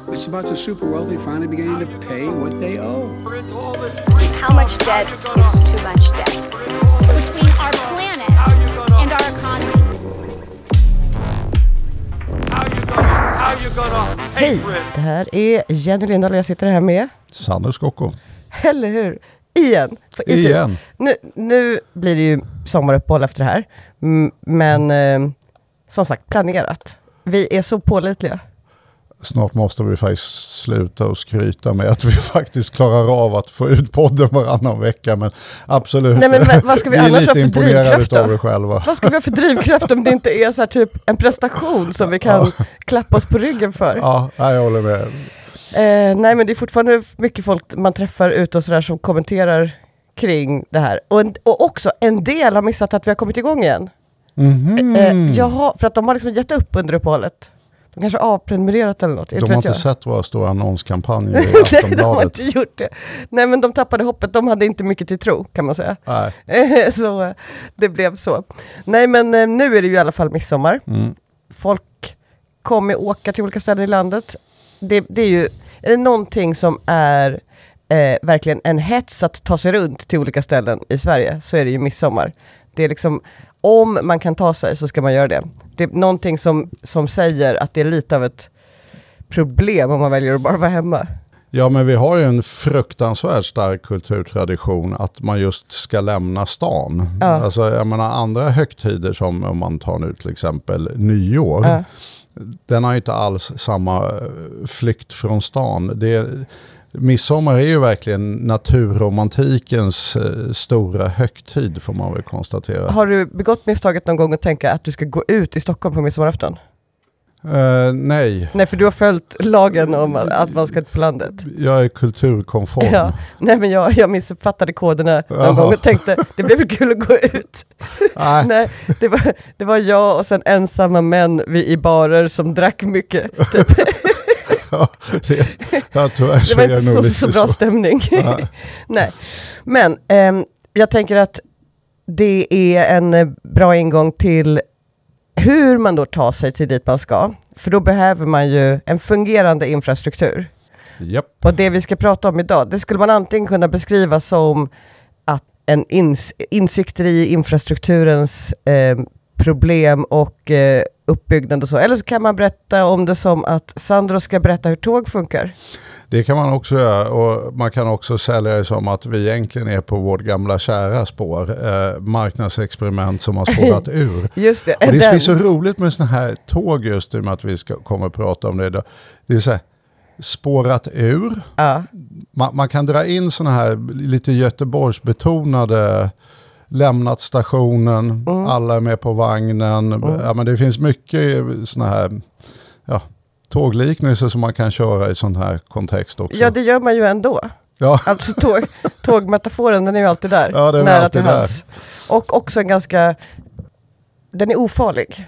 It's about the super wealthy finally beginning to pay what they owe. How much debt is too much debt? Between our planet and our economy. Hej, det här är Jenny Lindahl och jag sitter här med Sandro Skocko. Eller hur? Igen. Nu blir det ju sommaruppehåll efter det här. Men som sagt, planerat. Vi är så pålitliga. Snart måste vi faktiskt sluta och skryta med att vi faktiskt klarar av att få ut podden varannan vecka. Men absolut, nej, men vad ska vi annars ha för drivkraft av er själva. Vad ska vi ha för drivkraft om det inte är så här typ en prestation som vi kan klappa oss på ryggen för? Ja, jag håller med. Nej, men det är fortfarande mycket folk man träffar ute och sådär som kommenterar kring det här. Och också en del har missat att vi har kommit igång igen. För att de har liksom gett upp under uppehållet. De kanske har avprenumererat eller något. De har inte sett våra stora annonskampanjer i Aftonbladet. Nej, de har inte gjort det. Nej, men de tappade hoppet. De hade inte mycket till tro, kan man säga. Nej. Så det blev så. Nej, men nu är det ju i alla fall midsommar. Folk kommer åka till olika ställen i landet. Det är ju... Är det någonting som är verkligen en hets att ta sig runt till olika ställen i Sverige, så är det ju midsommar. Det är liksom... Om man kan ta sig så ska man göra det. Det är någonting som säger att det är lite av ett problem om man väljer att bara vara hemma. Ja, men vi har ju en fruktansvärt stark kulturtradition att man just ska lämna stan. Ja. Alltså, jag menar, andra högtider som om man tar nu till exempel nyår, den har ju inte alls samma flykt från stan. Midsommar är ju verkligen naturromantikens stora högtid, får man väl konstatera. Har du begått misstaget någon gång att tänka att du ska gå ut i Stockholm på midsommarafton? Nej. Nej, för du har följt lagen om att man ska ut på landet. Jag är kulturkonform. Ja. Nej, men jag missuppfattade koderna någon gång och tänkte, det blir väl kul att gå ut. Nej, det var jag och sen ensamma män i barer som drack mycket. Typ. Det var inte så bra stämning. Nej. Men jag tänker att det är en bra ingång till hur man då tar sig till dit man ska. För då behöver man ju en fungerande infrastruktur. Yep. Och det vi ska prata om idag, det skulle man antingen kunna beskriva som att en insikter i infrastrukturens problem och uppbyggnad och så. Eller så kan man berätta om det som att Sandro ska berätta hur tåg funkar. Det kan man också göra, och man kan också sälja det som att vi egentligen är på vårt gamla kära spår. Marknadsexperiment som har spårat ur. Just det. Och det är så roligt med såna här tåg, just med att vi kommer att prata om det idag. Det är så här, spårat ur. Ja. Man kan dra in såna här lite Göteborgsbetonade, lämnat stationen, alla är med på vagnen. Ja, men det finns mycket såna här tågliknelser som man kan köra i sån här kontext också. Ja, det gör man ju ändå. Ja. Alltså tågmetaforen, den är ju alltid där. Ja, den är alltid där. Och också den är ofarlig.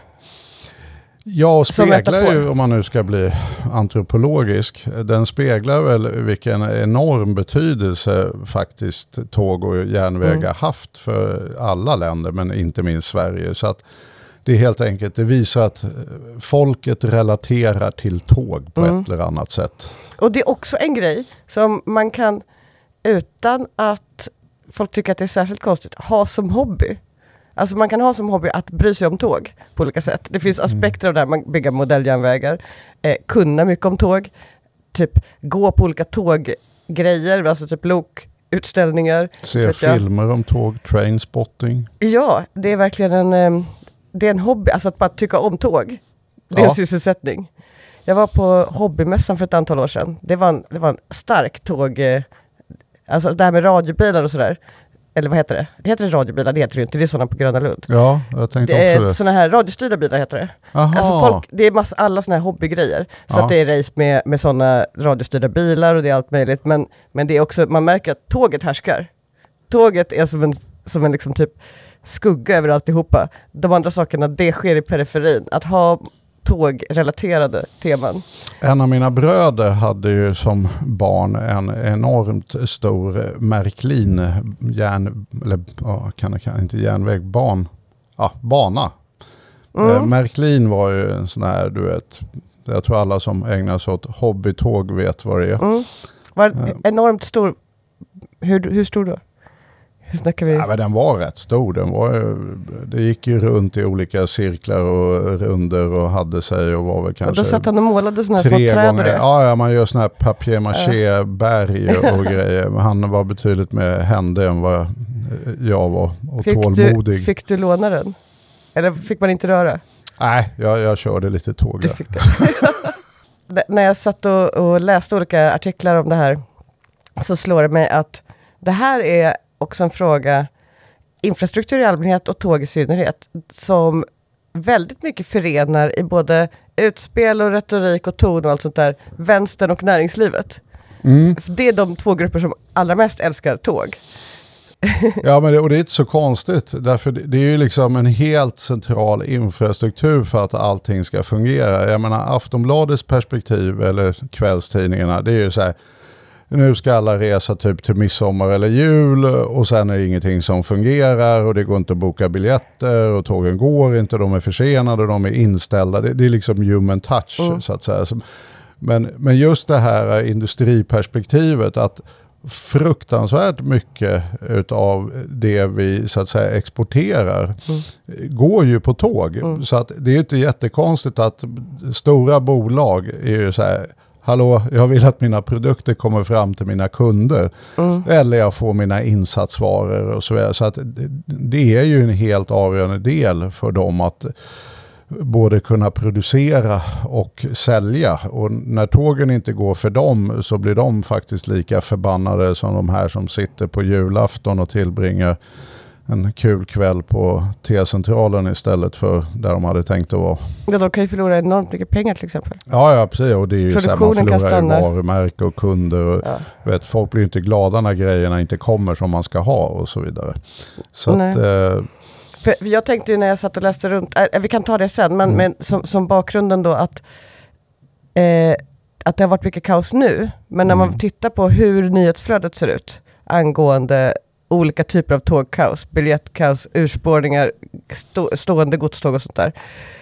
Ja, och speglar ju, om man nu ska bli antropologisk, den speglar väl vilken enorm betydelse faktiskt tåg och järnväg har haft för alla länder, men inte minst Sverige. Så att det är helt enkelt, det visar att folket relaterar till tåg på ett eller annat sätt. Och det är också en grej som man kan, utan att folk tycker att det är särskilt konstigt, ha som hobby. Alltså man kan ha som hobby att bry sig om tåg på olika sätt. Det finns aspekter av det här, man bygger modelljärnvägar, kunna mycket om tåg, typ gå på olika tåggrejer, alltså typ lokutställningar. Se filmer om tåg, trainspotting. Ja, det är verkligen det är en hobby, alltså att bara tycka om tåg. Det är en sysselsättning. Jag var på hobbymässan för ett antal år sedan. Det var en stark tåg, alltså det här med radiobilar och sådär. Eller vad heter det? Heter det radiobilar? Det heter det inte. Det är sådana på Gröna Lund. Ja, jag tänkte också det. Sådana här radiostyrda bilar heter det. Alltså det är alla sådana här hobbygrejer. Så att det är race med sådana radiostyrda bilar och det är allt möjligt. Men det är också, man märker att tåget härskar. Tåget är som en liksom typ skugga över alltihopa. De andra sakerna, det sker i periferin. Att ha tågrelaterade teman. En av mina bröder hade ju som barn en enormt stor Märklin bana. Märklin var ju en sån här, du vet, Jag tror alla som ägnar sig åt hobbytåg vet vad det är. Var enormt stor. Hur stor då? Hur snackar vi? Ja, men den var rätt stor. Det gick ju runt i olika cirklar och runder och hade sig och var väl kanske... Och då satt han och målade sådana här små träd. Ja, man gör sådana här papier-maché berg och grejer. Men han var betydligt mer händig än vad jag var och tålmodig. Fick du låna den? Eller fick man inte röra? Nej, jag körde lite tåg. När jag satt och läste olika artiklar om det här så slår det mig att det här är också en fråga, infrastruktur i allmänhet och tåg i synnerhet, som väldigt mycket förenar i både utspel och retorik och ton och allt sånt där, vänstern och näringslivet. Det är de två grupper som allra mest älskar tåg. Ja, men det är inte så konstigt. Därför det är ju liksom en helt central infrastruktur för att allting ska fungera. Jag menar, Aftonbladets perspektiv eller kvällstidningarna, det är ju så här, nu ska alla resa typ till midsommar eller jul och sen är det ingenting som fungerar och det går inte att boka biljetter och tågen går inte, de är försenade och de är inställda. Det är liksom human touch så att säga. Men just det här industriperspektivet, att fruktansvärt mycket utav det vi så att säga exporterar går ju på tåg. Så att det är inte jättekonstigt att stora bolag är ju så här, hallå, jag vill att mina produkter kommer fram till mina kunder. Eller jag får mina insatsvaror och så vidare. Så att det är ju en helt avgörande del för dem att både kunna producera och sälja. Och när tågen inte går för dem så blir de faktiskt lika förbannade som de här som sitter på julafton och tillbringar en kul kväll på T-centralen istället för där de hade tänkt att vara. Ja, de kan ju förlora enormt mycket pengar till exempel. Ja, precis. Och det är ju så här, man förlorar ju varumärke och kunder. Och, vet, folk blir inte glada när grejerna inte kommer som man ska ha och så vidare. Så att... För jag tänkte ju när jag satt och läste runt, vi kan ta det sen, men som bakgrunden då att det har varit mycket kaos nu, men när man tittar på hur nyhetsflödet ser ut angående olika typer av tågkaos, biljettkaos, urspårningar, stående godståg och sånt där,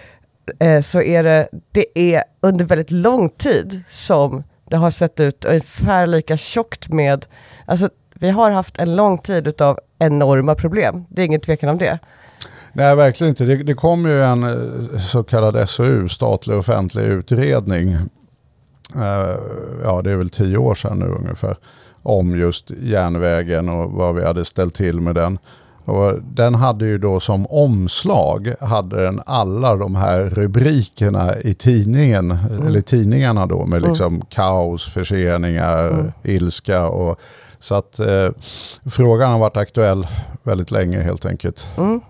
så är det är under väldigt lång tid som det har sett ut ungefär lika tjockt med, alltså vi har haft en lång tid utav enorma problem, det är ingen tvekan om det. Nej, verkligen inte. Det kom ju en så kallad SOU, statlig offentlig utredning. Ja, det är väl 10 år sedan nu ungefär. Om just järnvägen och vad vi hade ställt till med den. Och den hade ju då som omslag hade den alla de här rubrikerna i tidningen eller tidningarna då med liksom kaos, förseningar, ilska och så att frågan har varit aktuell väldigt länge helt enkelt.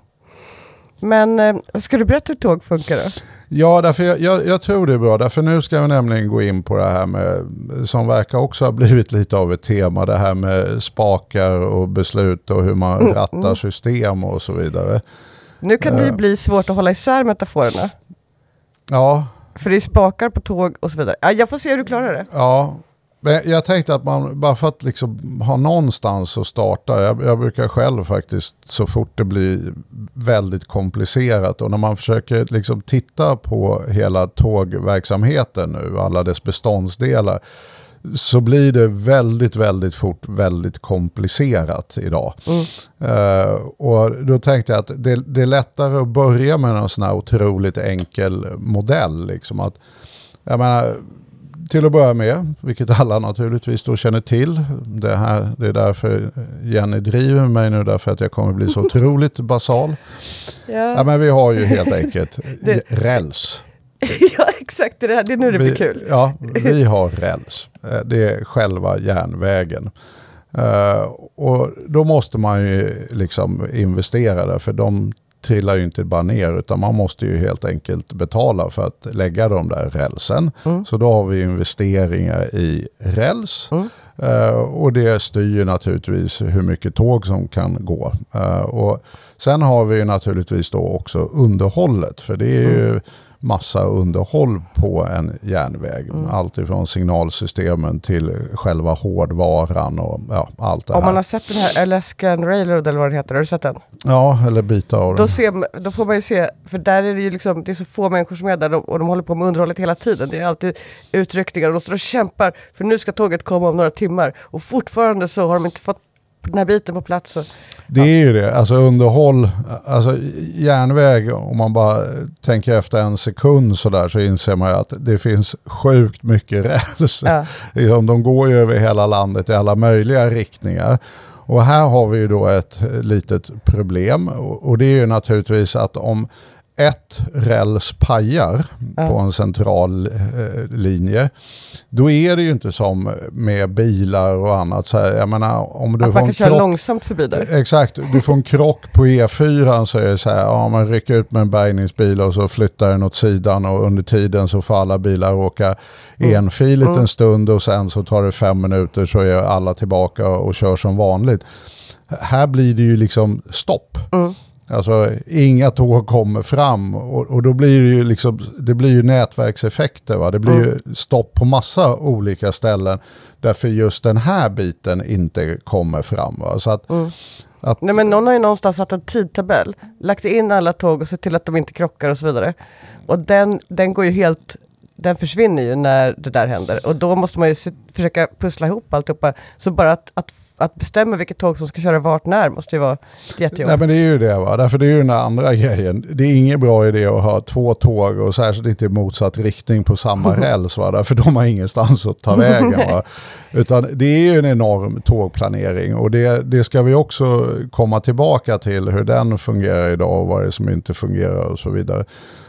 Men ska du berätta hur tåg funkar då? Ja, därför jag tror det är bra. Därför nu ska vi nämligen gå in på det här med, som verkar också ha blivit lite av ett tema, det här med spakar och beslut och hur man rattar system och så vidare. Nu kan det ju bli svårt att hålla isär metaforerna. Ja. För det är spakar på tåg och så vidare. Ja, jag får se hur du klarar det. Ja. Men jag tänkte att man, bara för att liksom ha någonstans att starta, jag brukar själv faktiskt så fort det blir väldigt komplicerat och när man försöker liksom titta på hela tågverksamheten nu, alla dess beståndsdelar, så blir det väldigt, väldigt fort väldigt komplicerat idag. Och då tänkte jag att det är lättare att börja med en sån här otroligt enkel modell. Liksom att, jag menar, till att börja med, vilket alla naturligtvis då känner till, det är därför Jenny driver mig nu, därför att jag kommer bli så otroligt basal. Ja, men vi har ju helt enkelt räls. Ja, exakt. Det är nu det blir kul. Ja, vi har räls. Det är själva järnvägen. Och då måste man ju liksom investera där, för de trillar ju inte bara ner, utan man måste ju helt enkelt betala för att lägga de där rälsen. Så då har vi investeringar i räls. Och det styr naturligtvis hur mycket tåg som kan gå. Och sen har vi ju naturligtvis då också underhållet, för det är ju massa underhåll på en järnväg. Allt ifrån signalsystemen till själva hårdvaran och allt det här. Om man har sett den här Alaskan Railroad eller vad det heter, har du sett den? Ja, eller bitar av den. Då får man ju se, för där är det ju liksom, det är så få människor som är där och de håller på med underhållet hela tiden. Det är alltid utryckningar och de står och kämpar för nu ska tåget komma om några timmar och fortfarande så har de inte fått den här biten på plats. Det är ju det, alltså underhåll, alltså järnväg, om man bara tänker efter en sekund så inser man ju att det finns sjukt mycket räls. Ja. De går ju över hela landet i alla möjliga riktningar. Och här har vi ju då ett litet problem och det är ju naturligtvis att om ett räls pajar på en central linje, då är det ju inte som med bilar och annat. Så här, jag menar, om du att man kan köra långsamt förbi där. Exakt, du får en krock på E4 så är det så här, man rycker ut med en bärgningsbil och så flyttar den åt sidan och under tiden så får alla bilar åka enfiligt en stund och sen så tar det 5 minuter så är alla tillbaka och kör som vanligt. Här blir det ju liksom stopp. Alltså inga tåg kommer fram och då blir det ju liksom, det blir ju nätverkseffekter, va? Det blir ju stopp på massa olika ställen därför just den här biten inte kommer fram, va? Så att nej, men någon har ju någonstans satt en tidtabell, lagt in alla tåg och sett till att de inte krockar och så vidare. Och den går ju helt, den försvinner ju när det där händer och då måste man ju försöka pussla ihop alltihopa. Så bara att bestämma vilket tåg som ska köra vart när måste ju vara jättejobbigt. Nej, men det är ju det, va? Därför det är ju den andra grejen. Det är ingen bra idé att ha 2 tåg och särskilt inte i motsatt riktning på samma räls, va? Därför de har ingenstans att ta vägen, va? Utan det är ju en enorm tågplanering och det ska vi också komma tillbaka till hur den fungerar idag och vad det är som inte fungerar och så vidare.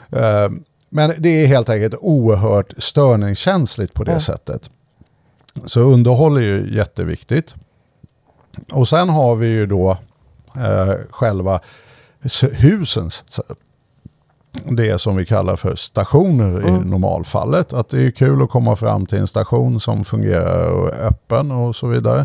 Men det är helt enkelt oerhört störningskänsligt på det sättet. Så underhåll är ju jätteviktigt. Och sen har vi ju då själva husen, det som vi kallar för stationer i normalfallet. Att det är kul att komma fram till en station som fungerar och är öppen och så vidare.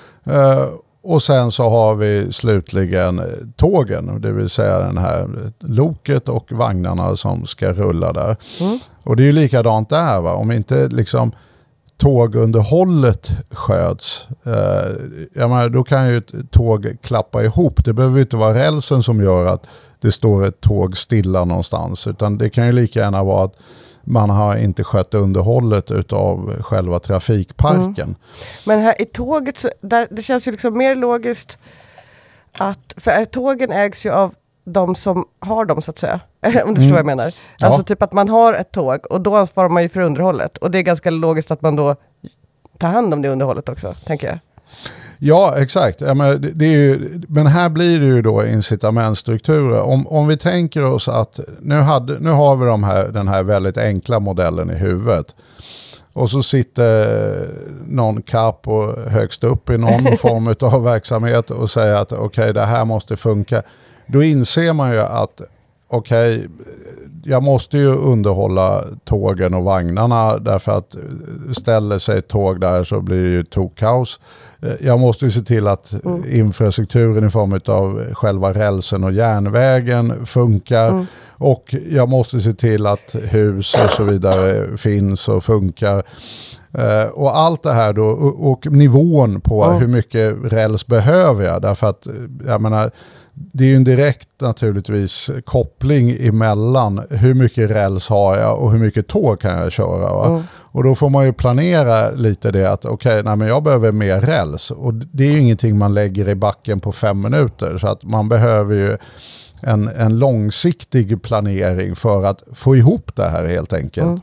Och sen så har vi slutligen tågen, det vill säga den här loket och vagnarna som ska rulla där. Och det är ju likadant där, va? Om inte liksom tågunderhållet sköts, jag menar, då kan ju ett tåg klappa ihop. Det behöver ju inte vara rälsen som gör att det står ett tåg stilla någonstans, utan det kan ju lika gärna vara att man har inte skött underhållet utav själva trafikparken. Men här i tåget, så, där, det känns ju liksom mer logiskt att, för tågen ägs ju av de som har dem så att säga, om du förstår vad jag menar. Ja. Alltså typ att man har ett tåg och då ansvarar man ju för underhållet och det är ganska logiskt att man då tar hand om det underhållet också, tänker jag. Ja, exakt. Ja, men, det är ju, men här blir det ju då incitamentstrukturer. Om vi tänker oss att nu har vi den här väldigt enkla modellen i huvudet. Och så sitter någon capo högst upp i någon form av verksamhet och säger att okej, det här måste funka. Då inser man ju att okej, jag måste ju underhålla tågen och vagnarna därför att ställer sig ett tåg där så blir det ju tokkaos. Jag måste ju se till att infrastrukturen i form av själva rälsen och järnvägen funkar och jag måste se till att hus och så vidare finns och funkar. Och allt det här då och nivån på hur mycket räls behöver jag, därför att jag menar, det är ju en direkt naturligtvis koppling emellan hur mycket räls har jag och hur mycket tåg kan jag köra, va? Och då får man ju planera lite det att men jag behöver mer räls och det är ju ingenting man lägger i backen på 5 minuter, så att man behöver ju en långsiktig planering för att få ihop det här helt enkelt.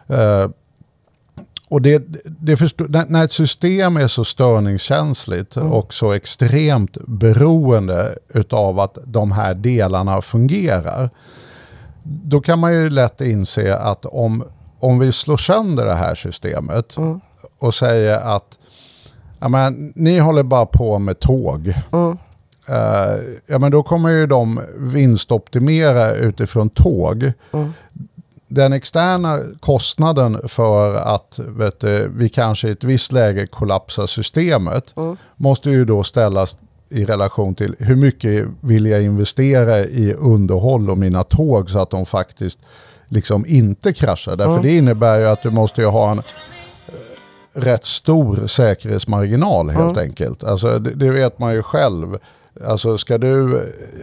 Och när ett system är så störningskänsligt och så extremt beroende utav att de här delarna fungerar, då kan man ju lätt inse att om vi slår sönder det här systemet och säger att ni håller bara på med tåg, men då kommer ju de vinstoptimera utifrån tåg. Den externa kostnaden för att vi kanske i ett visst läge kollapsar systemet måste ju då ställas i relation till hur mycket vill jag investera i underhåll och mina tåg så att de faktiskt liksom inte kraschar. Därför det innebär ju att du måste ju ha en rätt stor säkerhetsmarginal helt enkelt. Alltså det vet man ju själv. Alltså ska du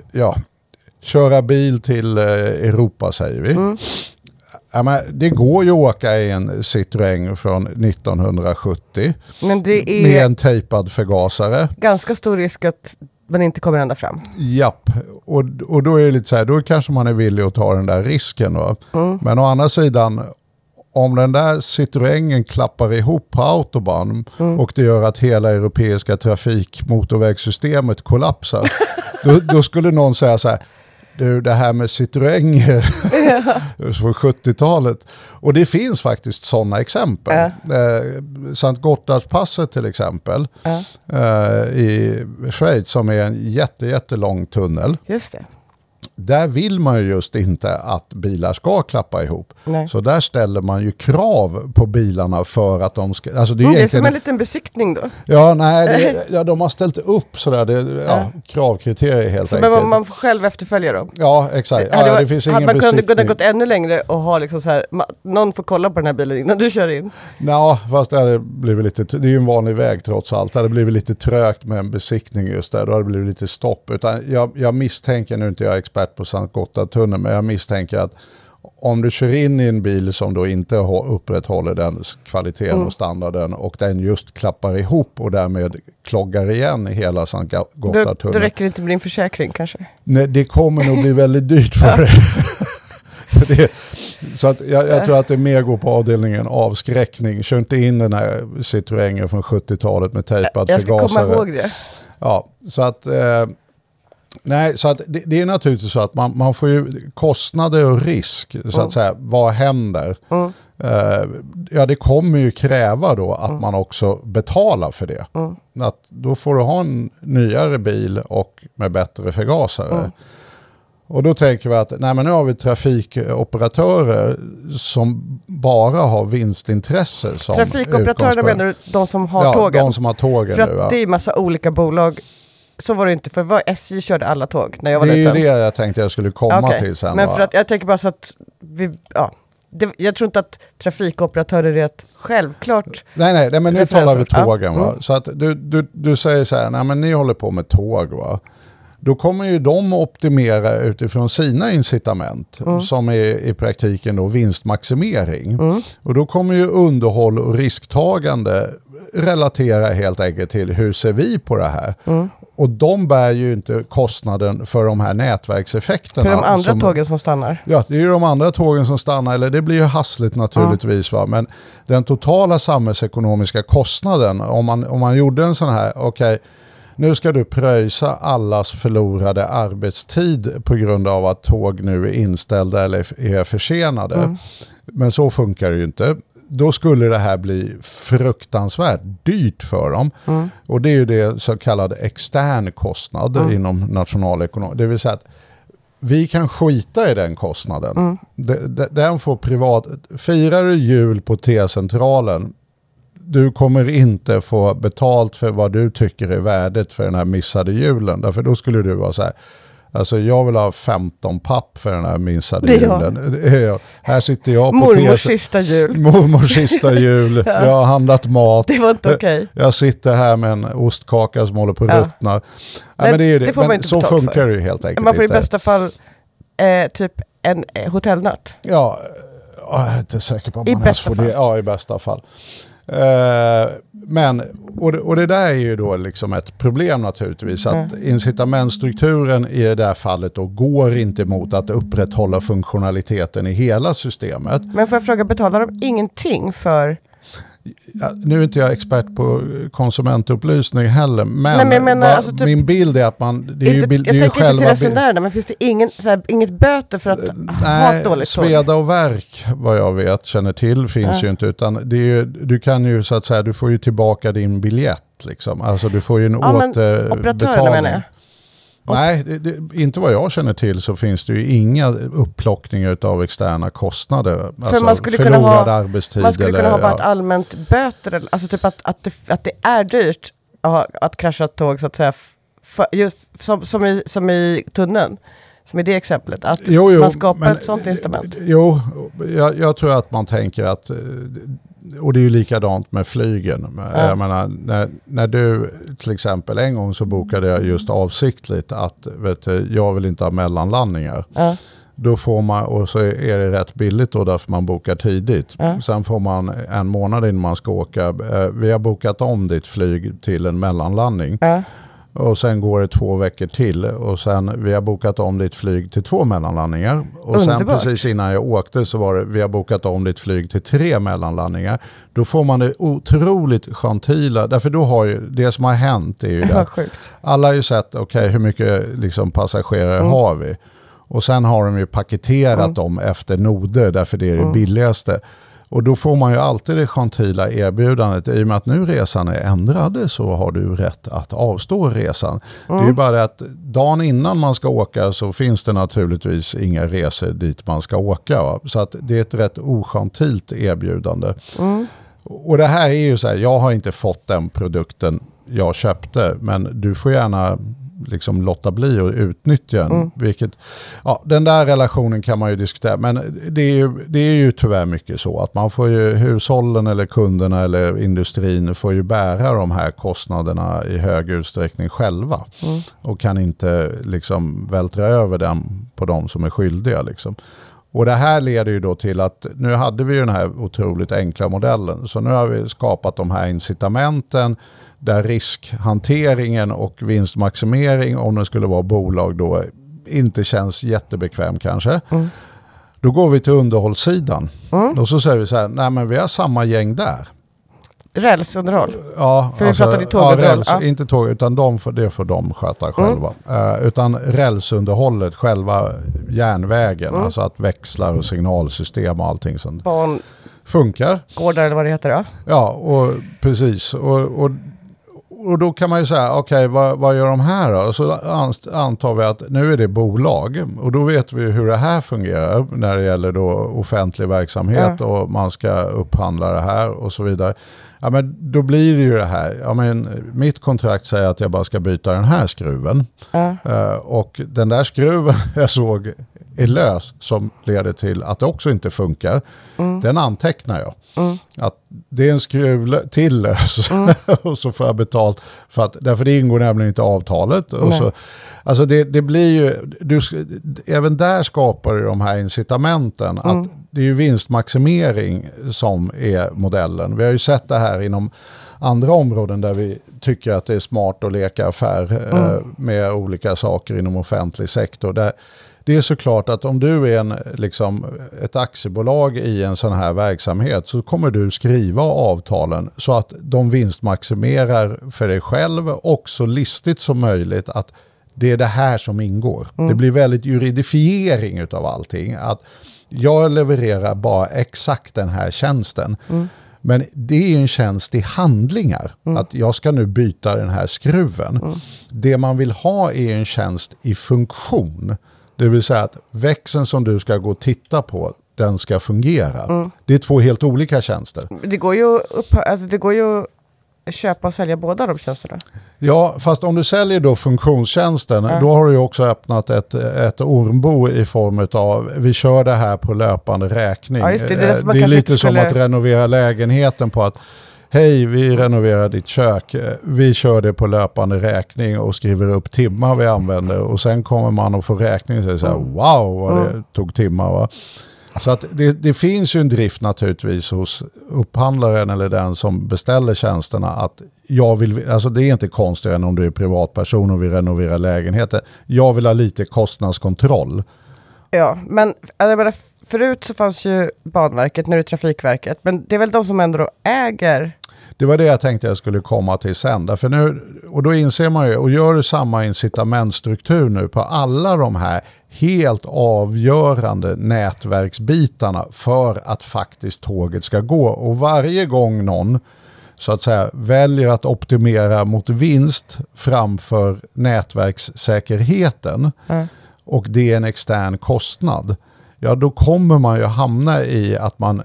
köra bil till Europa säger vi. Ja, men det går ju att åka i en Citroën från 1970 men det är med en tejpad förgasare. Ganska stor risk att man inte kommer ända fram. Japp, och då är det lite så här, då kanske man är villig att ta den där risken. Va? Men å andra sidan, om den där Citroën klappar ihop på autobahn och det gör att hela europeiska motorvägssystemet kollapsar, då skulle någon säga så här, du, det här med Citroën från 70-talet. Och det finns faktiskt sådana exempel. Sankt Gotthardspasset till exempel i Schweiz som är en jättelång tunnel. Just det. Där vill man ju just inte att bilar ska klappa ihop. Nej. Så där ställer man ju krav på bilarna för att de ska... Alltså det är som en liten besiktning då. Ja, de har ställt upp sådär, kravkriterier helt enkelt. Men man får själv efterfölja dem. Ja, exakt. Det finns ingen besiktning. besiktning. Man kunde gått ännu längre och ha liksom så här, någon får kolla på den här bilen innan du kör in. Ja, fast det är ju en vanlig väg trots allt. Det hade blivit lite trögt med en besiktning just där. Då hade det blivit lite stopp. Utan jag misstänker, nu inte jag är expert på Sankt Gotthardtunneln, men jag misstänker att om du kör in i en bil som då inte upprätthåller den kvaliteten och standarden och den just klappar ihop och därmed kloggar igen i hela Sankt Gotthardtunneln. Då räcker det inte med din försäkring kanske? Nej, det kommer nog bli väldigt dyrt för det. Så att jag tror att det mer går på avdelningen avskräckning. Kör inte in den här Citroën från 70-talet med tejpad förgasare. Jag ska komma ihåg det. Ja, så att... Nej, så att det är naturligtvis så att man får ju kostnader och risk, så att säga, vad händer? Det kommer ju kräva då att man också betalar för det. Att då får du ha en nyare bil och med bättre förgasare. Och då tänker vi att men nu har vi trafikoperatörer som bara har vinstintresse som trafikoperatörer menar du de som har tågen? Ja, de som har tågen. För att det är massa olika bolag. Så var det inte, för SJ körde alla tåg när jag var liten. Det är ju det jag tänkte jag skulle komma till sen. Men för att jag tänker bara så att jag tror inte att trafikoperatörer är ett självklart... Nej, men nu talar vi tågen. Va? Så att du säger så här, men ni håller på med tåg va? Då kommer ju de optimera utifrån sina incitament som är i praktiken då vinstmaximering. Och då kommer ju underhåll och risktagande relatera helt enkelt till hur ser vi på det här. Och de bär ju inte kostnaden för de här nätverkseffekterna. För de andra tågen som stannar. Ja, det är ju de andra tågen som stannar, eller det blir ju hassligt naturligtvis. Va? Men den totala samhällsekonomiska kostnaden, om man gjorde en sån här, nu ska du pröjsa allas förlorade arbetstid på grund av att tåg nu är inställda eller är försenade. Men så funkar det ju inte. Då skulle det här bli fruktansvärt dyrt för dem. Och det är ju det så kallade extern kostnad inom nationalekonomi. Det vill säga att vi kan skita i den kostnaden. Den får privat... Firar du jul på T-centralen, du kommer inte få betalt för vad du tycker är värdet för den här missade julen. Därför då skulle du vara så här, alltså jag vill ha 15 papp för den här missade julen. Här sitter jag på mormors sista jul. Mormors sista jul. Jag har handlat mat. Det var inte okej. Jag sitter här med en ostkaka som håller på att ruttna. Men det är det. Men så funkar det ju helt enkelt. Man får i bästa fall typ en hotellnatt. Ja, jag är inte säker på om man ens får det. Ja, i bästa fall. Men och det där är ju då liksom ett problem naturligtvis, att incitamentstrukturen i det där fallet då går inte mot att upprätthålla funktionaliteten i hela systemet. Men får jag fråga, betalar de ingenting för... Ja, nu är inte jag expert på konsumentupplysning heller, men alltså typ, min bild är att man... Det är inte, ju, det är ju själva... Jag tänker inte till men finns det inget böter för att ha ett dåligt tåg? Sveda och verk, vad jag vet, känner till, finns ju inte, utan det är ju, du kan ju så att säga, du får ju tillbaka din biljett liksom. Alltså du får ju en återbetalning. Menar jag. Nej, inte vad jag känner till så finns det ju inga upplockningar av externa kostnader. För alltså man skulle förlorad arbetstid. Man skulle kunna ha bara ett allmänt böter. Alltså typ att det är dyrt att krascha ett tåg så att säga. Just som i tunneln. som i det exemplet. Att man skapar ett sånt instrument. Jo, jag tror att man tänker att, och det är ju likadant med flygen. Jag menar, när du till exempel en gång så bokade jag just avsiktligt att jag vill inte ha mellanlandningar. Då får man, och så är det rätt billigt då därför man bokar tidigt. Sen får man en månad innan man ska åka. Vi har bokat om ditt flyg till en mellanlandning. Och sen går det 2 veckor till. Och sen vi har bokat om ditt flyg till 2 mellanlandningar. Och sen precis innan jag åkte så var det vi har bokat om ditt flyg till 3 mellanlandningar. Då får man det otroligt gentila. Därför då har ju det som har hänt är ju det. Alla har ju sett hur mycket liksom passagerare har vi. Och sen har de ju paketerat dem efter noder därför det är det billigaste. Och då får man ju alltid det gentila erbjudandet. I och med att nu resan är ändrad så har du rätt att avstå resan. Det är ju bara det att dagen innan man ska åka så finns det naturligtvis inga resor dit man ska åka. Va? Så att det är ett rätt ogentilt erbjudande. Och det här är ju så här, jag har inte fått den produkten jag köpte. Men du får gärna liksom låta bli och utnyttja den. Vilket, den där relationen kan man ju diskutera. Men det är ju tyvärr mycket så att man får ju, hushållen eller kunderna eller industrin får ju bära de här kostnaderna i hög utsträckning själva. Och kan inte liksom vältra över den på de som är skyldiga liksom. Och det här leder ju då till att nu hade vi ju den här otroligt enkla modellen. Så nu har vi skapat de här incitamenten där riskhanteringen och vinstmaximering, om det skulle vara bolag då, inte känns jättebekväm kanske. Då går vi till underhållssidan. Och så säger vi så här, nej men vi har samma gäng där. Rälsunderhåll? Ja, för vi pratade tågunderhåll. Inte tåg, utan det får de sköta själva. Utan rälsunderhållet, själva järnvägen, alltså att växlar och signalsystem och allting sånt funkar. Gårdar eller vad det heter då? Ja, och precis. Och då kan man ju säga, okej, vad gör de här då? Så antar vi att nu är det bolag. Och då vet vi hur det här fungerar när det gäller då offentlig verksamhet och man ska upphandla det här och så vidare. Ja, men då blir det ju det här. Ja, men mitt kontrakt säger att jag bara ska byta den här skruven. Och den där skruven jag såg är lös som leder till att det också inte funkar. Den antecknar jag. Att det är en skruv till lös och så får jag betalt för att, därför det ingår nämligen inte avtalet. Och så, alltså det blir ju, även där skapar de här incitamenten att det är ju vinstmaximering som är modellen. Vi har ju sett det här inom andra områden där vi tycker att det är smart att leka affär med olika saker inom offentlig sektor. Där det är såklart att om du är ett aktiebolag i en sån här verksamhet så kommer du skriva avtalen så att de vinstmaximerar för dig själv och så listigt som möjligt att det är det här som ingår. Det blir väldigt juridifiering utav allting. Att jag levererar bara exakt den här tjänsten. Men det är ju en tjänst i handlingar. Att jag ska nu byta den här skruven. Det man vill ha är en tjänst i funktion. Det vill säga att växeln som du ska gå och titta på, den ska fungera. Det är 2 helt olika tjänster. Det går ju att köpa och sälja båda de tjänsterna. Ja, fast om du säljer då funktionstjänsten, då har du ju också öppnat ett ormbo i form av vi kör det här på löpande räkning. Ja, just det är lite som att renovera lägenheten på att hej, vi renoverar ditt kök. Vi kör det på löpande räkning och skriver upp timmar vi använder. Och sen kommer man att få räkning och säger så här, wow vad det tog timmar va. Så att det finns ju en drift naturligtvis hos upphandlaren eller den som beställer tjänsterna att jag vill, alltså det är inte konstigt än om du är privatperson och vill renovera lägenheter. Jag vill ha lite kostnadskontroll. Ja, men förut så fanns ju Banverket, nu är det Trafikverket. Men det är väl de som ändå äger... Det var det jag tänkte jag skulle komma till sen. För nu, och då inser man ju, och gör du samma incitamentstruktur nu på alla de här helt avgörande nätverksbitarna för att faktiskt tåget ska gå. Och varje gång någon så att säga väljer att optimera mot vinst framför nätverkssäkerheten och det är en extern kostnad, ja då kommer man ju hamna i att man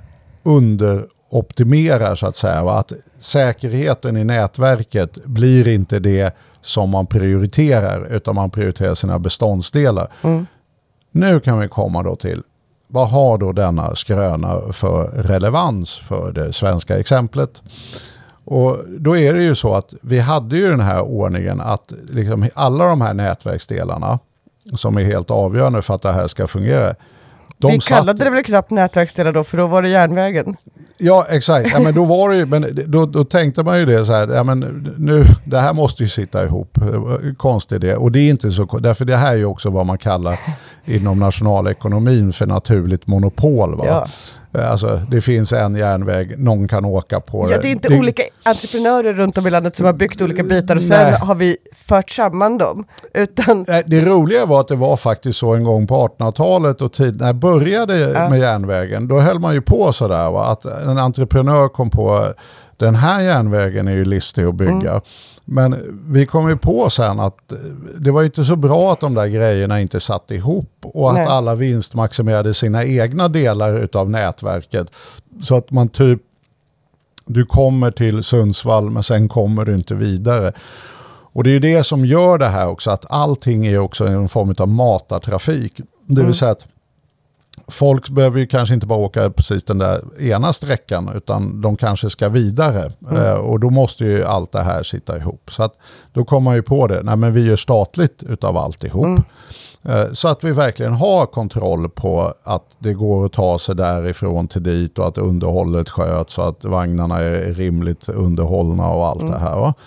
underoptimerar så att säga. Att säkerheten i nätverket blir inte det som man prioriterar utan man prioriterar sina beståndsdelar. Nu kan vi komma då till, vad har då denna skröna för relevans för det svenska exemplet? Och då är det ju så att vi hade ju den här ordningen att liksom alla de här nätverksdelarna som är helt avgörande för att det här ska fungera. Vi kallade det väl knappt nätverksdelar då, för då var det järnvägen. Ja, exakt. Ja, men då var det ju, men då tänkte man ju det så här, ja, men nu, det här måste ju sitta ihop. Konstigt idé. Och det är inte så, därför det här är ju också vad man kallar inom nationalekonomin för naturligt monopol. Va? Ja. Alltså, det finns en järnväg, någon kan åka på det. Ja, det är inte olika entreprenörer runt om i landet som har byggt olika bitar och sen har vi fört samman dem. Utan... Det roliga var att det var faktiskt så en gång på 1800-talet och när jag började med järnvägen, då höll man ju på sådär, va? Att en entreprenör kom på den här järnvägen är ju listig att bygga. Men vi kom ju på sen att det var inte så bra att de där grejerna inte satt ihop och att alla vinstmaximerade sina egna delar utav nätverket. Så att man typ, du kommer till Sundsvall men sen kommer du inte vidare. Och det är ju det som gör det här också, att allting är också en form av matartrafik. Det vill säga att folk behöver ju kanske inte bara åka precis den där ena sträckan utan de kanske ska vidare. Och då måste ju allt det här sitta ihop. Så att då kommer man ju på det, nej men vi gör statligt utav alltihop. Så att vi verkligen har kontroll på att det går att ta sig därifrån till dit och att underhållet sköts så att vagnarna är rimligt underhållna och allt det här. Va?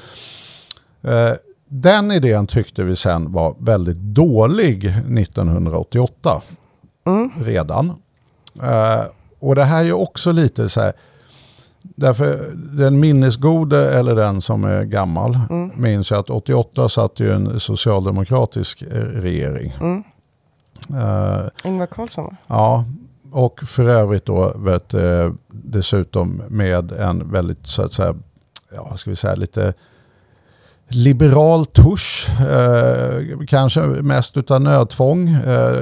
Den idén tyckte vi sen var väldigt dålig 1988. Redan. Och det här är ju också lite så här, därför den minnesgode eller den som är gammal minns jag att 88 satt ju en socialdemokratisk regering. Ingvar Carlsson. Ja, och för övrigt då dessutom med en väldigt så att säga, ja vad ska vi säga, lite liberal tusch, kanske mest utav nödtvång.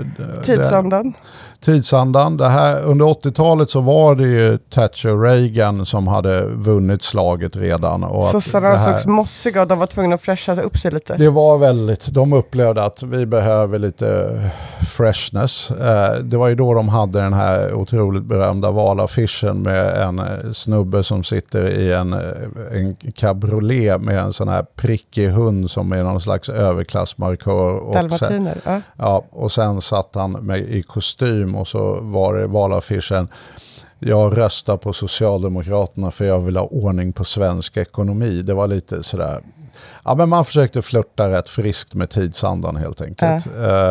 Tidsandan. Det här, under 80-talet så var det ju Thatcher och Reagan som hade vunnit slaget redan. Och så sågs mossiga och de var tvungna att fresha upp sig lite. Det var väldigt, de upplevde att vi behöver lite freshness. Det var ju då de hade den här otroligt berömda valaffischen med en snubbe som sitter i en cabriolet med en sån här prickig hund som är någon slags överklassmarkör. Dalmatiner, ja, och sen satt han i kostym och så var det valaffischen: jag röstar på Socialdemokraterna för jag vill ha ordning på svensk ekonomi. Det var lite sådär, ja men man försökte flirta rätt friskt med tidsandan helt enkelt.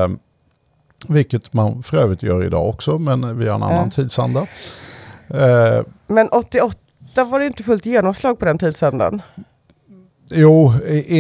Vilket man för övrigt gör idag också, men vi har en annan tidsanda. Men 88 var det inte fullt genomslag på den tidsandan. Jo,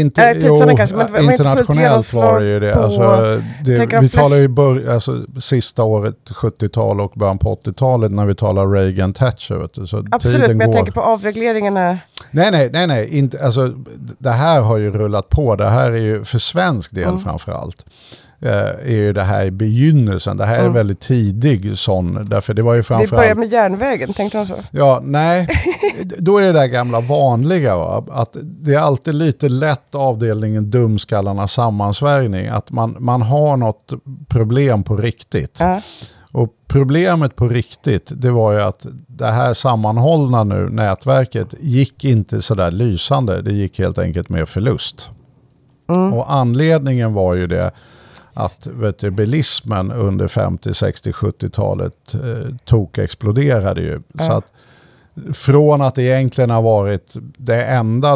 internationellt var det ju det. Alltså, vi talar ju sista året 70-tal och början på 80-talet när vi talar Reagan Thatcher. Så absolut, men jag tänker på avregleringarna. Nej. Inte, alltså, det här har ju rullat på. Det här är ju för svensk del framförallt. Är ju det här i begynnelsen. Det här är väldigt tidig sån. Därför det var ju framförallt... Vi börjar med järnvägen, tänkte han så? Ja, nej. Då är det där gamla vanliga, va? Att det är alltid lite lätt avdelningen dumskallarnas sammansvärjning. Att man har något problem på riktigt. Och problemet på riktigt, det var ju att det här sammanhållna nu, nätverket, gick inte så där lysande. Det gick helt enkelt med förlust. Och anledningen var ju det att bilismen under 50, 60, 70-talet exploderade ju. Så att från att det egentligen har varit det enda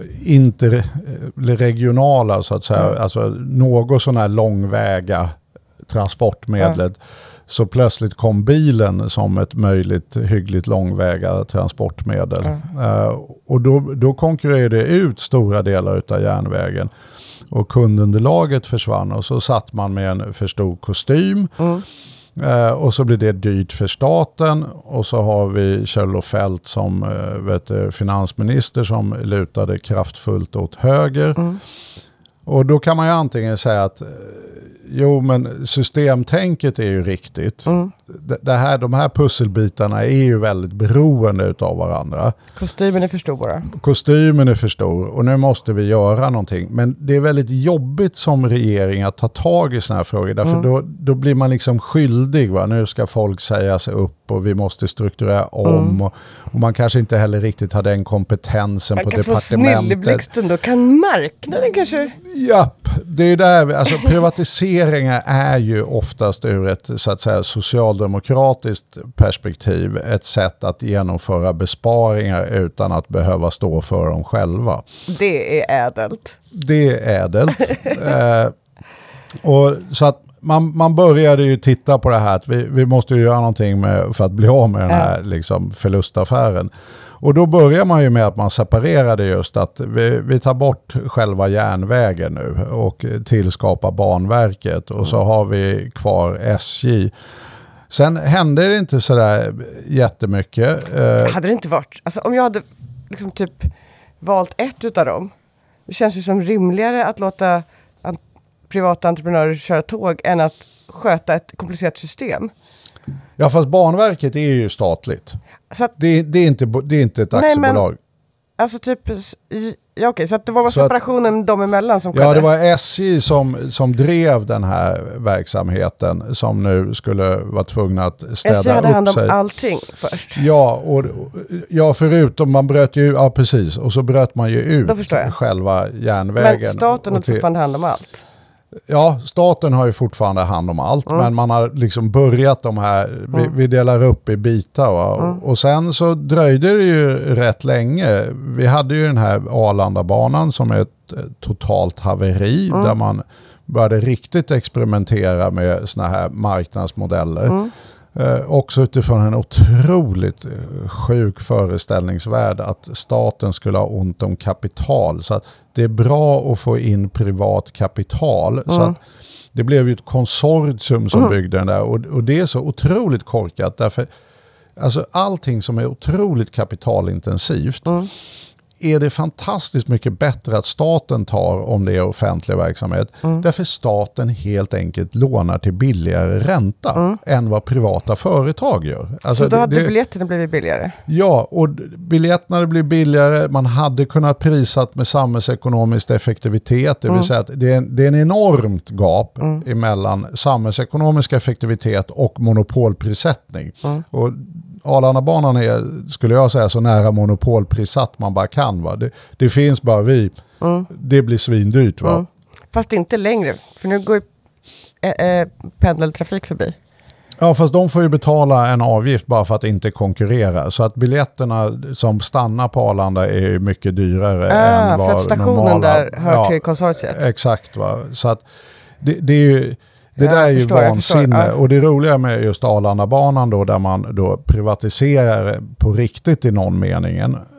interregionala så att säga, alltså något sån här långväga transportmedlet, så plötsligt kom bilen som ett möjligt hyggligt långväga transportmedel. Och då konkurrerade det ut stora delar av järnvägen. Och kundunderlaget försvann och så satt man med en för stor kostym. Och så blir det dyrt för staten. Och så har vi Kjell-Olof Feldt som finansminister som lutade kraftfullt åt höger. Och då kan man ju antingen säga att Jo, men systemtänket är ju riktigt. De här pusselbitarna är ju väldigt beroende utav varandra. Kostymen är för stor bara. Kostymen är för stor och nu måste vi göra någonting. Men det är väldigt jobbigt som regering att ta tag i såna här frågor. Därför då blir man liksom skyldig. Va? Nu ska folk säga sig upp och vi måste strukturera om. Och man kanske inte heller riktigt har den kompetensen på departementet. Man kan få snilleblixten då. Kan marknaden kanske? Japp, det är där alltså privatiseringar är ju oftast ur ett så att säga socialdemokratiskt perspektiv ett sätt att genomföra besparingar utan att behöva stå för dem själva. Det är ädelt. Det är ädelt. Och så att man började ju titta på det här att vi måste ju göra någonting för att bli av med den här liksom, förlustaffären. Och då börjar man ju med att man separerade just att vi tar bort själva järnvägen nu och tillskapar Banverket och så har vi kvar SJ. Sen hände det inte sådär jättemycket. Hade det inte varit, alltså om jag hade liksom typ valt ett utav dem, det känns ju som rimligare att låta privata entreprenörer köra tåg än att sköta ett komplicerat system. Ja, fast Banverket är ju statligt. Så att, det är inte ett aktiebolag. Men, alltså typ, ja okej, så att det var separationen dem emellan som skedde. Ja, det var SJ som drev den här verksamheten som nu skulle vara tvungna att städa upp sig. SJ hade hand om allting först. Ja, förutom man bröt ju, ja precis, och så bröt man ju ut själva järnvägen. Men staten har fortfarande hand om allt. Ja, staten har ju fortfarande hand om allt, men man har liksom börjat de här, vi delar upp i bitar va? Och sen så dröjde det ju rätt länge. Vi hade ju den här Arlandabanan som är ett totalt haveri där man började riktigt experimentera med såna här marknadsmodeller. Också utifrån en otroligt sjuk föreställningsvärld att staten skulle ha ont om kapital. Så att det är bra att få in privat kapital. Så att det blev ju ett konsortium som byggde den där. Och det är så otroligt korkat. Därför, alltså allting som är otroligt kapitalintensivt är det fantastiskt mycket bättre att staten tar om det är offentlig verksamhet. Därför staten helt enkelt lånar till billigare ränta än vad privata företag gör. Alltså så då hade biljetterna blivit billigare? Ja, och biljetterna blir billigare. Man hade kunnat prisat med samhällsekonomisk effektivitet. Det vill säga att det är en enormt gap emellan samhällsekonomisk effektivitet och monopolprissättning. Och Arlandabanan är, skulle jag säga, så nära monopolprissatt man bara kan. Va? Det finns bara vi. Det blir svindyrt. Va? Fast inte längre. För nu går pendeltrafik förbi. Ja, fast de får ju betala en avgift bara för att inte konkurrera. Så att biljetterna som stannar på Arlanda är mycket dyrare än vad för att stationen normala, där hör till konsortiet. Exakt. Va? Så att det är ju... Det där är ju vansinne. Och det roliga med just Arlandabanan då, där man då privatiserar på riktigt i någon mening,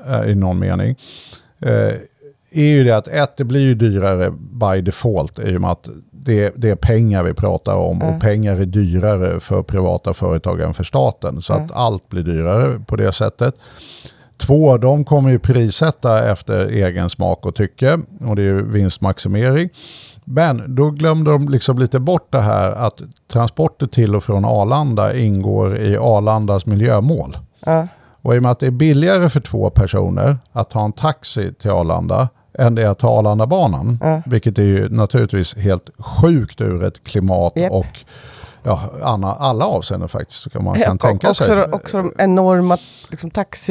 är ju det att det blir ju dyrare by default i och med att det är pengar vi pratar om och pengar är dyrare för privata företag än för staten. Så att allt blir dyrare på det sättet. 2, de kommer ju prissätta efter egen smak och tycke och det är ju vinstmaximering. Men då glömde de liksom lite bort det här att transporter till och från Arlanda ingår i Arlandas miljömål. Och i och med att det är billigare för 2 personer att ta en taxi till Arlanda än det är att ta Arlandabanan, vilket är ju naturligtvis helt sjukt ur ett klimat och alla avseenden faktiskt kan tänka sig. Också de enorma liksom,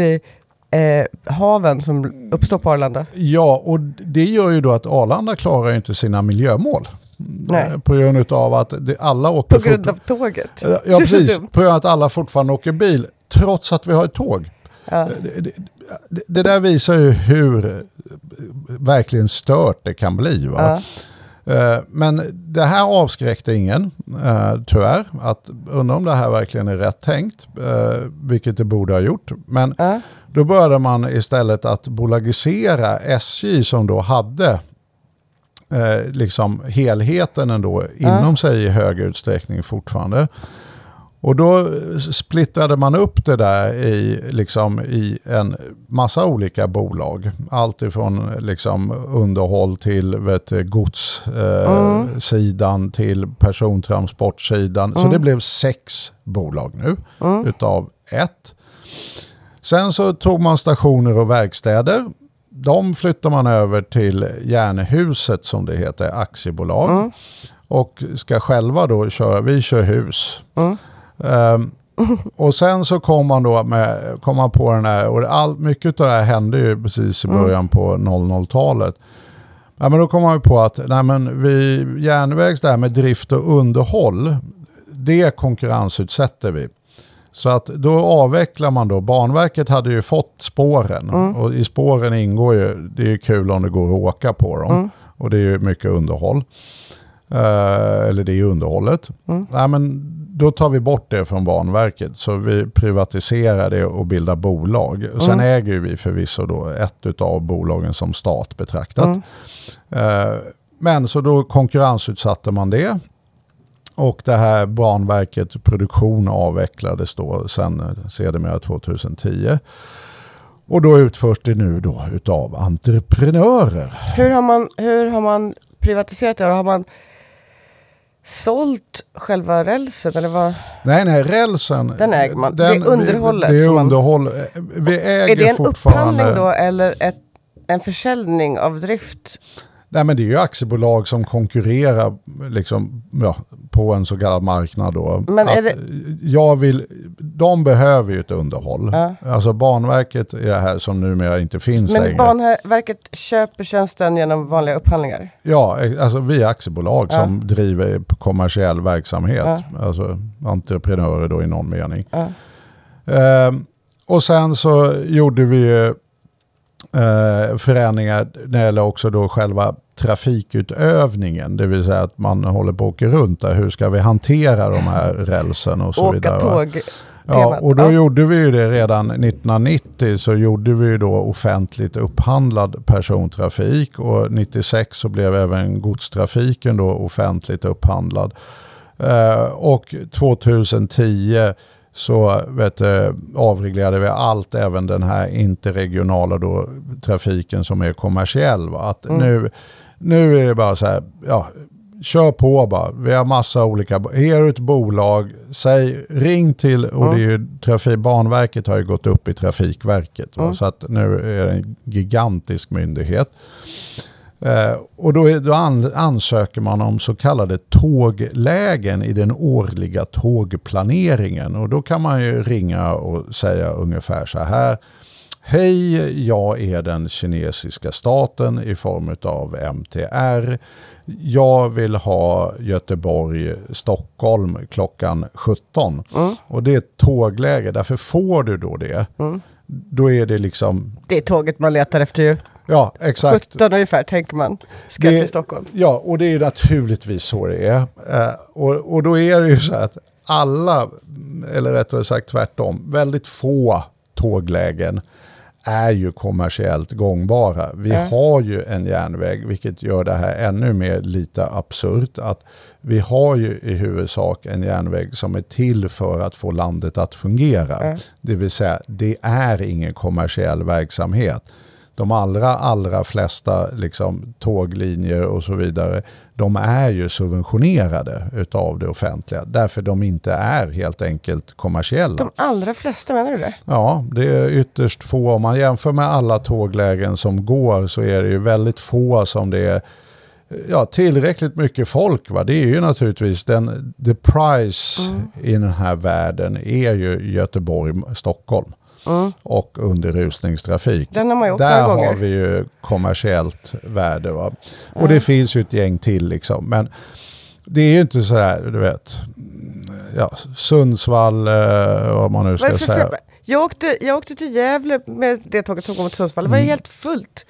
haven som uppstår på Arlanda. Ja, och det gör ju då att Arlanda klarar inte sina miljömål. Nej. På grund av att alla åker... På grund av tåget. Ja, precis. På grund av att alla fortfarande åker bil, trots att vi har ett tåg. Ja. Det där visar ju hur verkligen stört det kan bli. Va? Men det här avskräckte ingen, tyvärr. Att undra om det här verkligen är rätt tänkt, vilket det borde ha gjort. Men då började man istället att bolagisera SJ som då hade liksom helheten ändå inom sig i hög utsträckning fortfarande. Och då splittrade man upp det där i en massa olika bolag. Allt ifrån liksom underhåll till godssidan till persontransportsidan. Så det blev 6 bolag nu utav 1. Sen så tog man stationer och verkstäder. De flyttar man över till Jernhuset som det heter, aktiebolag. Och ska själva då köra, vi kör hus. Och sen så kom man på den här, och mycket av det här hände ju precis i början på 00-talet. Ja, men då kom man ju på att järnvägs där med drift och underhåll, det konkurrensutsätter vi. Så att då avvecklar man då, Banverket hade ju fått spåren och i spåren ingår ju, det är ju kul om det går att åka på dem och det är ju mycket underhåll. Eller det är underhållet. Nej, men då tar vi bort det från Banverket så vi privatiserar det och bildar bolag. Och sen äger vi förvisso då ett av bolagen som stat betraktat. Men så då konkurrensutsatte man det. Och det här Banverket produktion avvecklades då sen sedermera 2010. Och då utförs det nu då utav entreprenörer. Hur har man privatiserat det? Har man sålt själva rälsen eller vad? Nej, rälsen. Den äger man. Det är underhållet. Det är underhåll. Vi äger är det en fortfarande upphandling då eller en försäljning av drift? Nej, men det är ju aktiebolag som konkurrerar liksom, på en så kallad marknad då. Men de behöver ju ett underhåll. Ja. Alltså Banverket är det här som numera inte finns längre. Men Banverket köper tjänsten genom vanliga upphandlingar? Ja, alltså vi är aktiebolag som driver kommersiell verksamhet. Alltså entreprenörer då i någon mening. Och sen så gjorde vi förändringar när det gäller också då själva trafikutövningen, det vill säga att man håller på att åka runt där. Hur ska vi hantera de här rälsen och så vidare. Tåg. Ja, och då gjorde vi ju det redan 1990 så gjorde vi ju då offentligt upphandlad persontrafik och 96 så blev även godstrafiken då offentligt upphandlad. Och 2010 så avreglerade vi allt, även den här interregionala då, trafiken som är kommersiell. Va? Att nu är det bara så här, kör på bara. Vi har massa olika, är ett bolag, ring till, och det är ju Banverket har ju gått upp i Trafikverket. Va? Så att nu är det en gigantisk myndighet. Och då ansöker man om så kallade tåglägen i den årliga tågplaneringen. Och då kan man ju ringa och säga ungefär så här: hej, jag är den kinesiska staten i form av MTR. Jag vill ha Göteborg-Stockholm klockan 17. Och det är ett tågläge, därför får du då det. Då är det liksom... Det är tåget man letar efter ju. Ja, exakt. 17 ungefär, tänker man. Ska till Stockholm. Ja, och det är naturligtvis så det är. Och då är det ju så att alla, eller rättare sagt tvärtom, väldigt få tåglägen är ju kommersiellt gångbara. Vi har ju en järnväg, vilket gör det här ännu mer lite absurt, att vi har ju i huvudsak en järnväg som är till för att få landet att fungera. Det vill säga, det är ingen kommersiell verksamhet. De allra flesta liksom, tåglinjer och så vidare, de är ju subventionerade utav det offentliga. Därför de inte är helt enkelt kommersiella. De allra flesta, menar du det? Ja, det är ytterst få. Om man jämför med alla tåglägen som går så är det ju väldigt få som det är tillräckligt mycket folk. Va? Det är ju naturligtvis the price i den här världen är ju Göteborg-Stockholm. Och underrusningstrafik. Den har man gjort där några gånger. Har vi ju kommersiellt värde. Va? Och det finns ju ett gäng till liksom. Men det är ju inte så här, du vet, Sundsvall, vad man nu ska säga. Jag åkte till Gävle med det tåget som kom till Sundsvall. Det var helt fullt.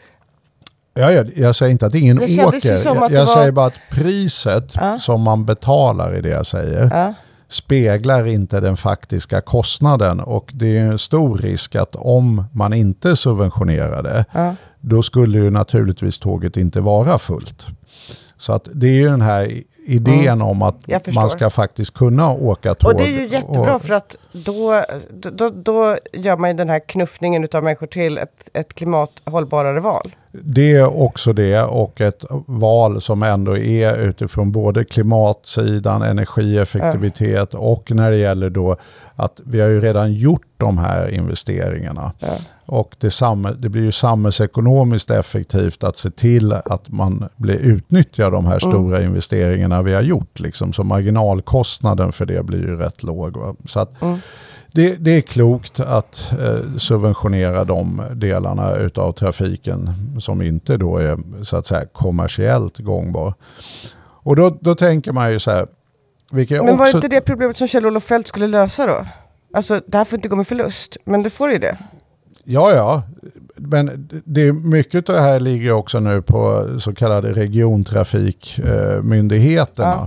Jag säger inte att ingen åker. Jag säger bara att priset som man betalar i det jag säger speglar inte den faktiska kostnaden, och det är en stor risk att om man inte subventionerar det då skulle ju naturligtvis tåget inte vara fullt. Så att det är ju den här idén om att man ska faktiskt kunna åka tåg. Och det är ju jättebra för att då gör man ju den här knuffningen utav människor till ett klimathållbarare val. Det är också det, och ett val som ändå är utifrån både klimatsidan, energieffektivitet och när det gäller då att vi har ju redan gjort de här investeringarna. Ja. Och det blir ju samhällsekonomiskt effektivt att se till att man blir utnyttjar de här stora investeringarna vi har gjort. Liksom, så marginalkostnaden för det blir ju rätt låg. Va? Så att det är klokt att subventionera de delarna utav trafiken som inte då är så att säga kommersiellt gångbar. Och då tänker man ju så här. Men var inte det problemet som Kjell-Olof Feldt skulle lösa då? Alltså det här får inte gå med förlust, men det får ju det. Ja, men mycket av det här ligger också nu på så kallade regiontrafikmyndigheterna.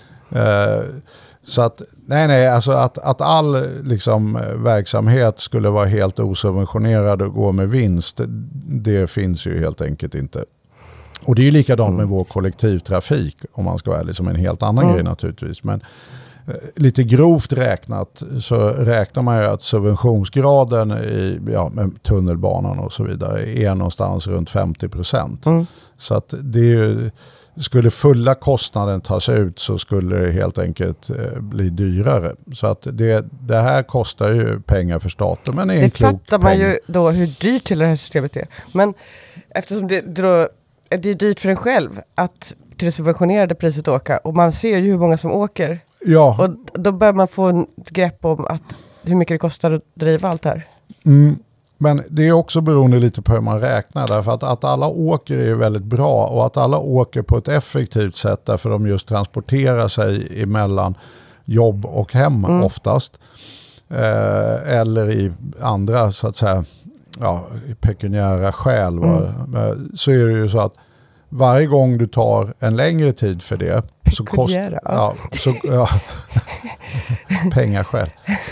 Så att alltså att all liksom verksamhet skulle vara helt osubventionerad och gå med vinst, det finns ju helt enkelt inte. Och det är ju likadant med vår kollektivtrafik, om man ska vara ärlig, som en helt annan grej naturligtvis. Men lite grovt räknat så räknar man ju att subventionsgraden med tunnelbanan och så vidare är någonstans runt 50%. Så att det är ju, skulle fulla kostnaden tas ut så skulle det helt enkelt bli dyrare. Så att det här kostar ju pengar för staten, men är en klok fattar man ju då hur dyrt till det här systemet är. Men eftersom det är dyrt för en själv att till det subventionerade priset åka, och man ser ju hur många som åker. Ja. Och då bör man få en grepp om hur mycket det kostar att driva allt det här. Men det är också beroende lite på hur man räknar. Därför att alla åker är väldigt bra, och att alla åker på ett effektivt sätt därför de just transporterar sig emellan jobb och hem oftast. Eller i andra så att säga pekuniära skäl. Så är det ju så att varje gång du tar en längre tid för det så kostar pengaskäl.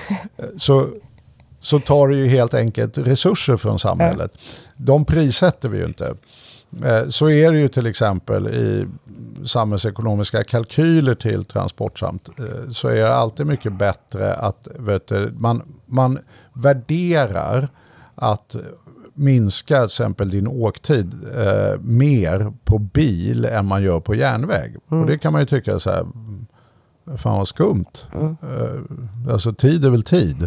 Så tar det ju helt enkelt resurser från samhället. De prissätter vi ju inte. Så är det ju till exempel i samhällsekonomiska kalkyler till Transportsamt, så är det alltid mycket bättre att man värderar att minska till exempel din åktid mer på bil än man gör på järnväg. Och det kan man ju tycka så här, fan vad skumt. Alltså tid är väl tid.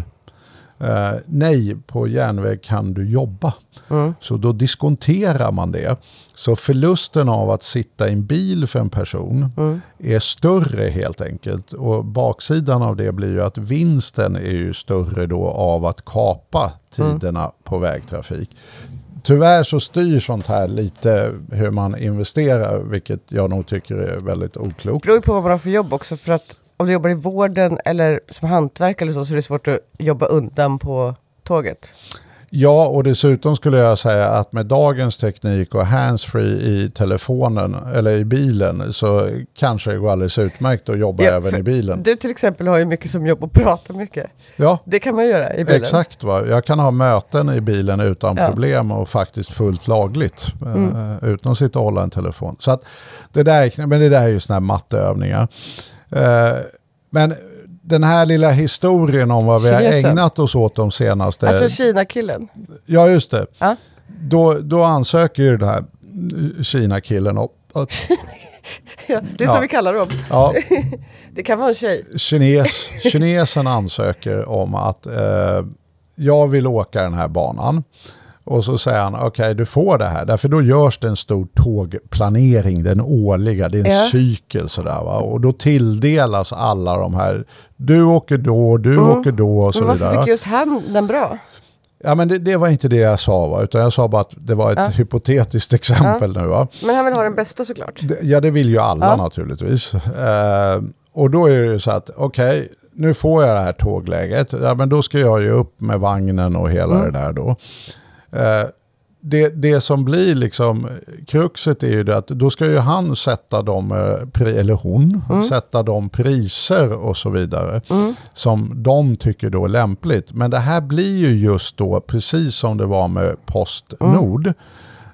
Nej, på järnväg kan du jobba. Så då diskonterar man det. Så förlusten av att sitta i en bil för en person är större helt enkelt. Och baksidan av det blir ju att vinsten är ju större då av att kapa tiderna på vägtrafik. Tyvärr så styr sånt här lite hur man investerar, vilket jag nog tycker är väldigt oklokt. Det beror på vad man har för jobb också, för att om du jobbar i vården eller som hantverkare eller så är det svårt att jobba undan på tåget. Ja, och dessutom skulle jag säga att med dagens teknik och handsfree i telefonen eller i bilen så kanske det går alldeles utmärkt att jobba även i bilen. Du till exempel har ju mycket som jobb och pratar mycket. Ja. Det kan man göra i bilen. Exakt, va? Jag kan ha möten i bilen utan problem och faktiskt fullt lagligt utan att sitta och hålla en telefon. Så att det där är ju såna här matteövningar. Men den här lilla historien om vad vi har ägnat oss åt de senaste... Alltså Kina-killen. Ja, just det. Då ansöker ju den här Kina-killen om att... det är så vi kallar dem. Ja. Det kan vara en tjej. Kinesen ansöker om att jag vill åka den här banan. Och så säger han, okej, du får det här. Därför då görs det en stor tågplanering, den årliga, det är en cykel sådär va. Och då tilldelas alla de här, du åker då, du åker då och så vidare. Men varför fick just han den bra? Ja, men det var inte det jag sa va, utan jag sa bara att det var ett hypotetiskt exempel nu va. Men han vill ha den bästa såklart. Det vill ju alla naturligtvis. Och då är det ju så att, okej, nu får jag det här tågläget. Ja, men då ska jag ju upp med vagnen och hela det där då. Det som blir liksom kruxet är ju det att då ska ju han sätta eller hon sätta de priser och så vidare som de tycker då är lämpligt. Men det här blir ju just då precis som det var med Postnord.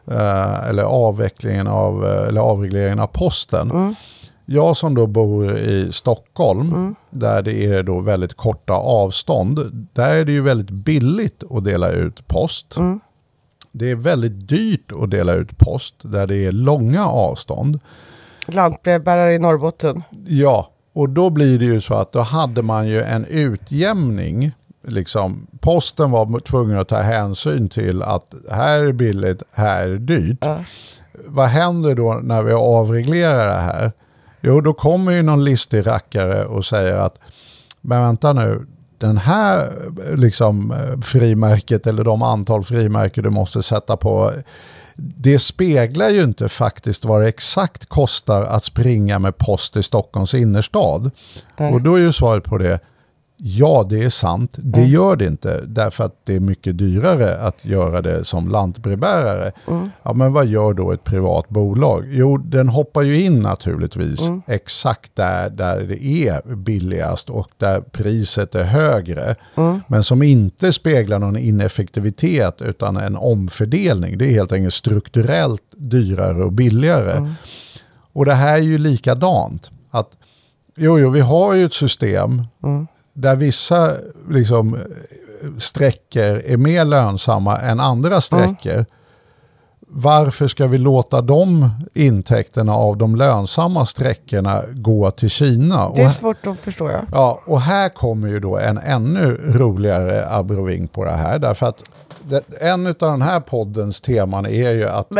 eller avregleringen av posten. Jag som då bor i Stockholm, där det är då väldigt korta avstånd, där är det ju väldigt billigt att dela ut post. Det är väldigt dyrt att dela ut post där det är långa avstånd. Lantbrevbärare i Norrbotten. Ja, och då blir det ju så att då hade man ju en utjämning. Liksom, posten var tvungen att ta hänsyn till att här är billigt, här är dyrt. Vad händer då när vi avreglerar det här? Jo, då kommer ju någon listig rackare och säger att men vänta nu, den här liksom frimärket eller de antal frimärken du måste sätta på, det speglar ju inte faktiskt vad det exakt kostar att springa med post i Stockholms innerstad. Och då är ju svaret på det, ja, det är sant. Det gör det inte, därför att det är mycket dyrare att göra det som lantbrevbärare. Ja, men vad gör då ett privat bolag? Jo, den hoppar ju in naturligtvis exakt där det är billigast och där priset är högre. Men som inte speglar någon ineffektivitet utan en omfördelning. Det är helt enkelt strukturellt dyrare och billigare. Och det här är ju likadant. Att, vi har ju ett system där vissa liksom, sträckor är mer lönsamma än andra sträckor. Varför ska vi låta de intäkterna av de lönsamma sträckorna gå till Kina? Det är svårt att förstå. Ja, och här kommer ju då en ännu roligare abrovink på det här. Därför att en av den här poddens teman är ju att...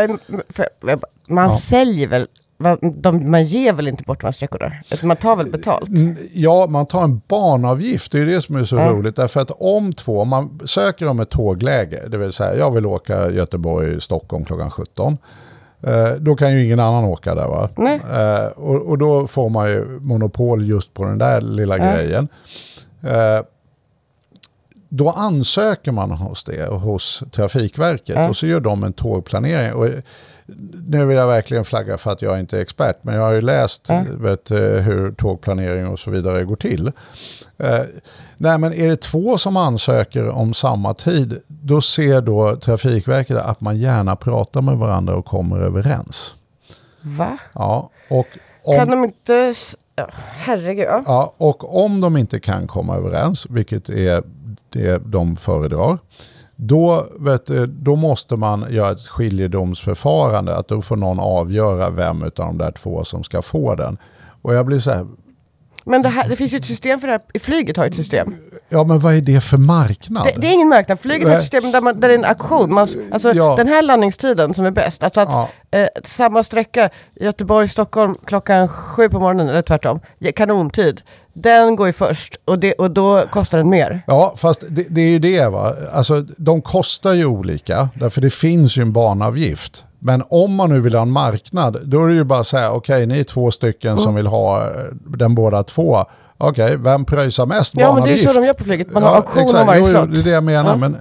Man säljer väl... Man ger väl inte bort de här sträckorna? Man tar väl betalt? Ja, man tar en banavgift. Det är det som är så roligt. Därför att om man söker om ett tågläge, det vill säga jag vill åka Göteborg-Stockholm klockan 17. Då kan ju ingen annan åka där, va? Och då får man ju monopol just på den där lilla grejen. Då ansöker man hos Trafikverket och så gör de en tågplanering. Och nu vill jag verkligen flagga för att jag inte är expert, men jag har ju läst hur tågplanering och så vidare går till. Nej, men är det två som ansöker om samma tid, då ser då Trafikverket att man gärna pratar med varandra och kommer överens. Va? Ja, och kan de inte... Herregud. Ja, och om de inte kan komma överens, vilket är det de föredrar, då måste man göra ett skiljedomsförfarande, att då får någon avgöra vem av de där två som ska få den. Och jag blir så här... Men det finns ju ett system för det här. I flyget har ett system. Ja, men vad är det för marknad? Det är ingen marknad. Flyget har ett system där det är en auktion. Den här landningstiden som är bäst. Alltså att samma sträcka, Göteborg-Stockholm klockan 7 på morgonen, eller tvärtom, kanontid. Den går ju först och då kostar den mer. Ja, fast det är ju det, va. Alltså de kostar ju olika, därför det finns ju en banavgift. Men om man nu vill ha en marknad, då är det ju bara att säga, okej, ni är 2 stycken som vill ha den båda två. Okej, vem pröjsar mest banavgift? Ja, men det är så de gör på flyget. Man har auktion om varje slott. Det är det jag menar, men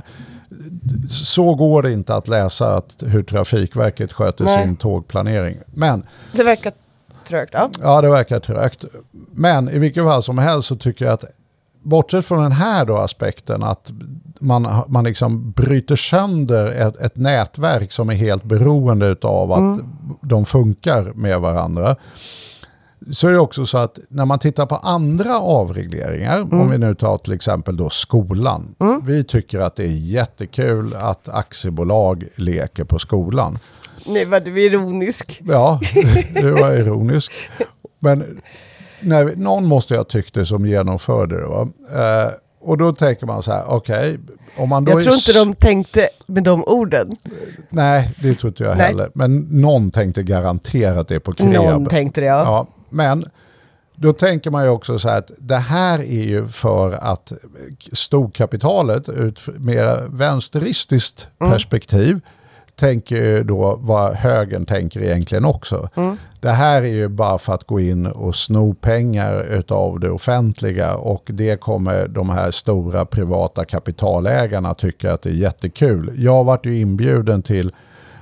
så går det inte att läsa hur Trafikverket sköter sin tågplanering. Men det verkar trögt, ja, det verkar trögt. Men i vilket fall som helst så tycker jag att, bortsett från den här då aspekten, att man liksom bryter sönder ett nätverk som är helt beroende av att de funkar med varandra, så är det också så att när man tittar på andra avregleringar, om vi nu tar till exempel då skolan, vi tycker att det är jättekul att aktiebolag leker på skolan. Nej, var du ironisk? Ja, det var ironisk. Men någon måste jag tyckte som genomförde det, va? Och då tänker man så här, okej, om man då... Jag tror inte de tänkte med de orden. Nej, det tror inte jag heller. Men någon tänkte garanterat det på Kreab. Någon tänkte det, ja. Men då tänker man ju också så här att det här är ju för att storkapitalet ut mer vänsteristiskt perspektiv tänker då vad högern tänker egentligen också. Det här är ju bara för att gå in och sno pengar utav det offentliga, och det kommer de här stora privata kapitalägarna tycka att det är jättekul. Jag har varit ju inbjuden till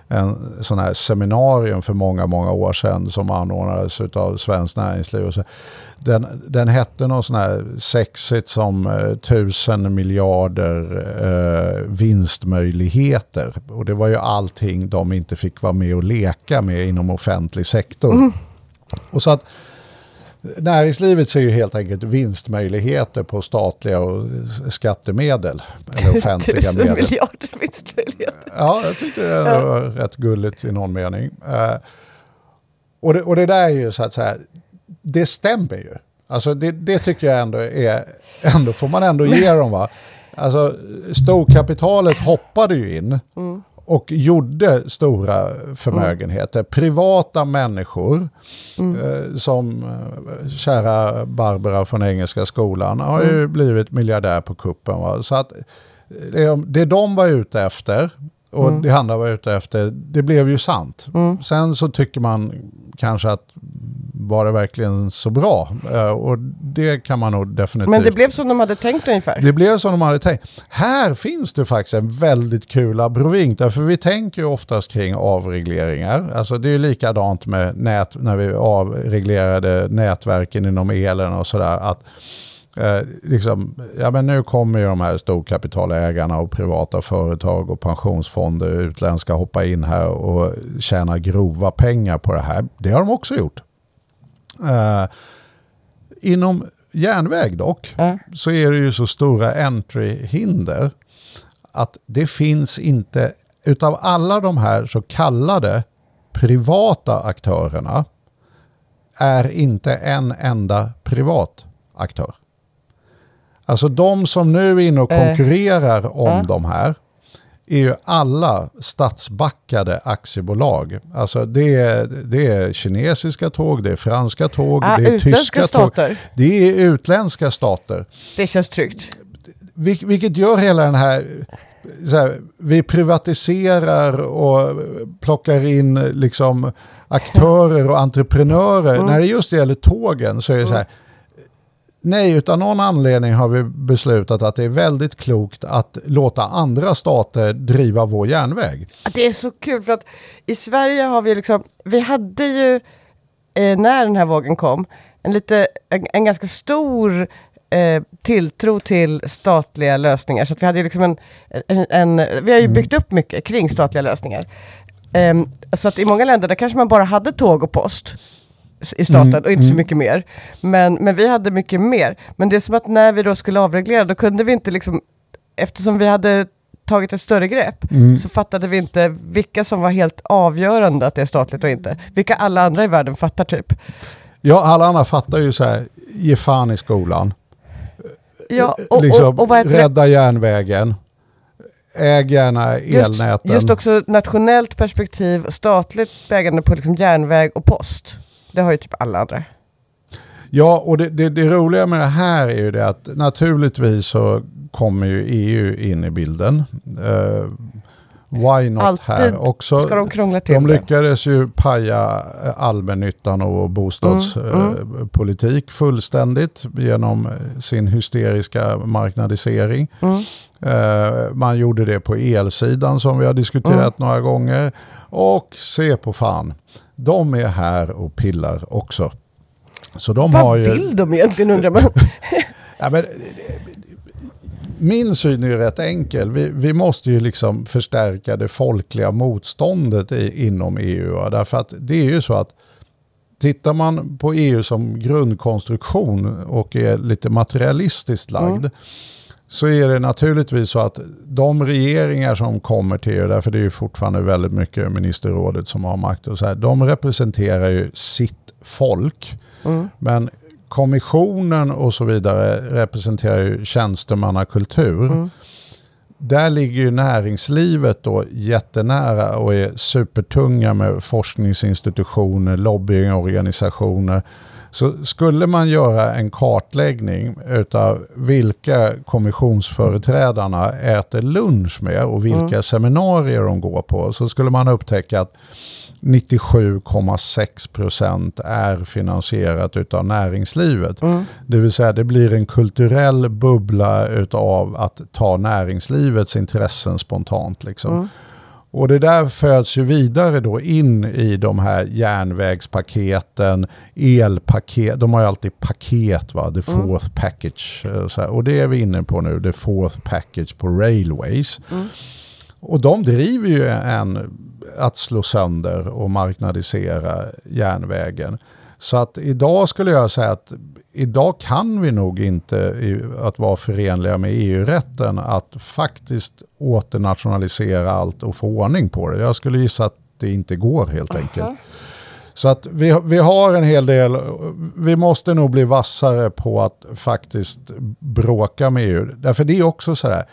en sån här seminarium för många, många år sedan som anordnades av Svenskt Näringsliv. Och så. Den hette något sån här sexigt som 1000 miljarder vinstmöjligheter. Och det var ju allting de inte fick vara med och leka med inom offentlig sektor. Och så att näringslivet ser ju helt enkelt vinstmöjligheter på statliga och skattemedel. Eller offentliga medel. 1000 miljarder vinstmöjligheter. Ja, jag tyckte det var rätt gulligt i någon mening. Och det där är ju så att säga, det stämmer ju. Alltså det tycker jag ändå får man ändå ge dem, va. Alltså storkapitalet hoppade ju in och gjorde stora förmögenheter. Privata människor som kära Barbara från Engelska skolan har ju blivit miljardär på kuppen, va? Så att det de var ute efter och det andra var ute efter, det blev ju sant. Sen så tycker man kanske att var det verkligen så bra? Och det kan man nog definitivt... Men det blev som de hade tänkt ungefär. Det blev som de hade tänkt. Här finns det faktiskt en väldigt kul abrovink. Därför vi tänker ju oftast kring avregleringar. Alltså det är ju likadant med när vi avreglerade nätverken inom elen och sådär. Att men nu kommer ju de här storkapitalägarna och privata företag och pensionsfonder utländska hoppa in här och tjäna grova pengar på det här. Det har de också gjort. Inom järnväg dock så är det ju så stora entryhinder att det finns inte, utav alla de här så kallade privata aktörerna är inte en enda privat aktör. Alltså de som nu är inne och konkurrerar om de här är ju alla statsbackade aktiebolag. Alltså det är kinesiska tåg, det är franska tåg, det är tyska stater. Tåg. Det är utländska stater. Det känns tryggt. Vilket gör hela den här, vi privatiserar och plockar in liksom aktörer och entreprenörer. När det just gäller tågen så är det så här, nej, utan någon anledning har vi beslutat att det är väldigt klokt att låta andra stater driva vår järnväg. Det är så kul för att i Sverige har vi hade ju när den här vågen kom en ganska stor tilltro till statliga lösningar. Så att vi hade vi har ju byggt upp mycket kring statliga lösningar. Så att i många länder där kanske man bara hade tåg och post i staten och inte så mycket mer. Men vi hade mycket mer. Men det är som att när vi då skulle avreglera, då kunde vi inte eftersom vi hade tagit ett större grepp så fattade vi inte vilka som var helt avgörande att det är statligt och inte. Vilka alla andra i världen fattar typ. Ja, alla andra fattar ju så här, ge fan i skolan. Ja, och rädda järnvägen. Äg gärna elnäten. Just också nationellt perspektiv, statligt ägande på järnväg och post. Det har ju typ alla andra. Ja, och det roliga med det här är ju det att naturligtvis så kommer ju EU in i bilden. Why not alltid här också? Ska de krångla till de lyckades ju paja allmännyttan och bostadspolitik fullständigt genom sin hysteriska marknadisering. Man gjorde det på elsidan som vi har diskuterat några gånger. Och se på fan, de är här och pillar också. Så de vad har ju... vill de egentligen, undrar man? Ja, men min syn är ju rätt enkel. Vi måste ju förstärka det folkliga motståndet inom EU. Därför att det är ju så att tittar man på EU som grundkonstruktion och är lite materialistiskt lagd så är det naturligtvis så att de regeringar som kommer till EU, därför det är ju fortfarande väldigt mycket ministerrådet som har makt och så här, de representerar ju sitt folk. Men kommissionen och så vidare representerar ju tjänstemannakultur. Där ligger ju näringslivet då jättenära och är supertunga med forskningsinstitutioner, lobbyingorganisationer. Så skulle man göra en kartläggning utav vilka kommissionsföreträdarna äter lunch med och vilka seminarier de går på, så skulle man upptäcka att 97,6% är finansierat utav näringslivet. Det vill säga det blir en kulturell bubbla utav att ta näringslivets intressen spontant Och det där föds ju vidare då in i de här järnvägspaketen, elpaket. De har ju alltid paket, va? The fourth package. Så här. Och det är vi inne på nu, the fourth package på railways. Och de driver ju att slå sönder och marknadisera järnvägen. Så att idag skulle jag säga att idag kan vi nog inte att vara förenliga med EU-rätten att faktiskt åternationalisera allt och få ordning på det. Jag skulle gissa att det inte går helt enkelt. Så att vi har en hel del, vi måste nog bli vassare på att faktiskt bråka med EU. Därför det är också så där,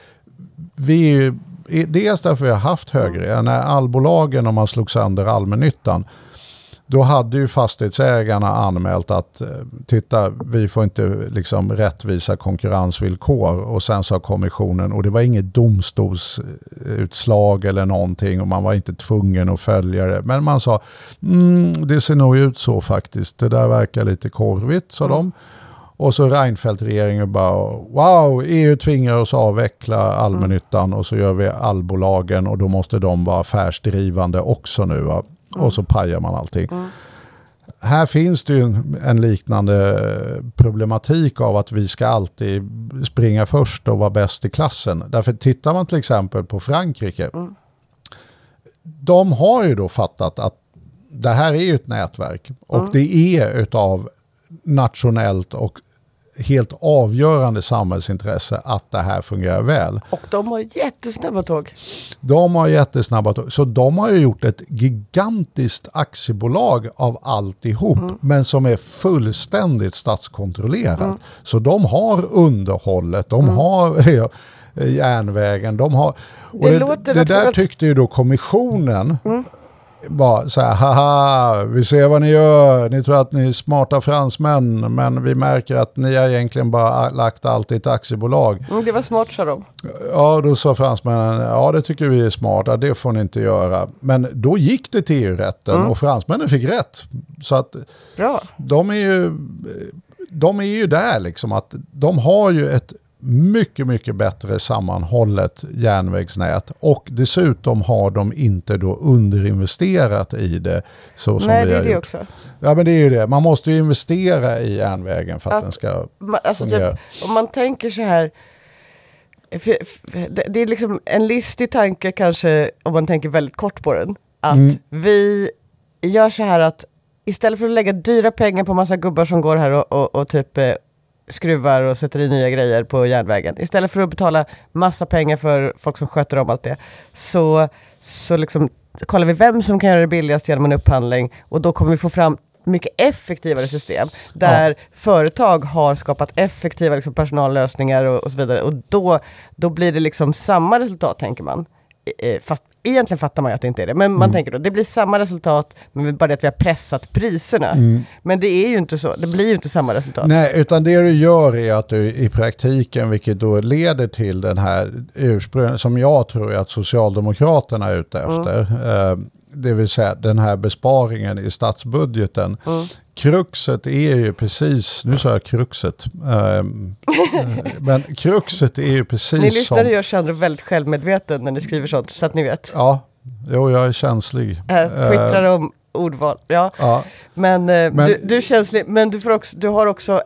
dels därför vi har haft högre, när allbolagen, om man slog sönder allmännyttan, då hade ju fastighetsägarna anmält att titta, vi får inte liksom rättvisa konkurrensvillkor, och sen sa kommissionen, och det var inget domstolsutslag eller någonting och man var inte tvungen att följa det, men man sa det ser nog ut så faktiskt, det där verkar lite korvigt, sa de. Och så Reinfeldt-regeringen bara, wow, EU tvingar oss att avveckla allmännyttan och så gör vi allbolagen och då måste de vara affärsdrivande också nu, va? Och så pajar man allting. Här finns det ju en liknande problematik av att vi ska alltid springa först och vara bäst i klassen. Därför tittar man till exempel på Frankrike. De har ju då fattat att det här är ju ett nätverk och det är utav nationellt och helt avgörande samhällsintresse att det här fungerar väl. Och de har jättesnabba tåg. Så de har ju gjort ett gigantiskt aktiebolag av alltihop, men som är fullständigt statskontrollerat. Så de har underhållet, de har järnvägen, de har... Och det där tyckte ju då kommissionen bara så här, haha, vi ser vad ni gör, ni tror att ni är smarta fransmän, men vi märker att ni har egentligen bara lagt allt i ett aktiebolag. Det var smart, sa de. Ja, då sa fransmännen, ja det tycker vi är smarta, det får ni inte göra. Men då gick det till EU-rätten och fransmännen fick rätt. Så att bra. De är ju där liksom, att de har ju ett mycket, mycket bättre sammanhållet järnvägsnät och dessutom har de inte då underinvesterat i det så som vi har gjort. Också. Ja, men det är ju det. Man måste ju investera i järnvägen för att den ska fungera. Typ, om man tänker så här, det är liksom en listig tanke kanske, om man tänker väldigt kort på den, att vi gör så här att istället för att lägga dyra pengar på massa gubbar som går här och typ skruvar och sätter i nya grejer på järnvägen. Istället för att betala massa pengar för folk som sköter om allt det. Så liksom kollar vi vem som kan göra det billigast genom en upphandling. Och då kommer vi få fram mycket effektivare system. Där företag har skapat effektiva liksom, personallösningar och så vidare. Och då blir det liksom samma resultat, tänker man. Fast egentligen fattar man ju att det inte är det. Men man tänker då, det blir samma resultat, men bara det att vi har pressat priserna. Men det är ju inte så. Det blir ju inte samma resultat. Nej, utan det du gör är att du i praktiken, vilket då leder till den här ursprungligen, som jag tror är att Socialdemokraterna är ute efter, det vill säga den här besparingen i statsbudgeten. Kruxet är ju precis, nu sa jag kruxet, men kruxet är ju precis ni lyssnare gör sig väldigt självmedveten när ni skriver sånt, så att ni vet. Ja, jag är känslig. Twittrar om ordval, ja. Men du är känslig, men du har också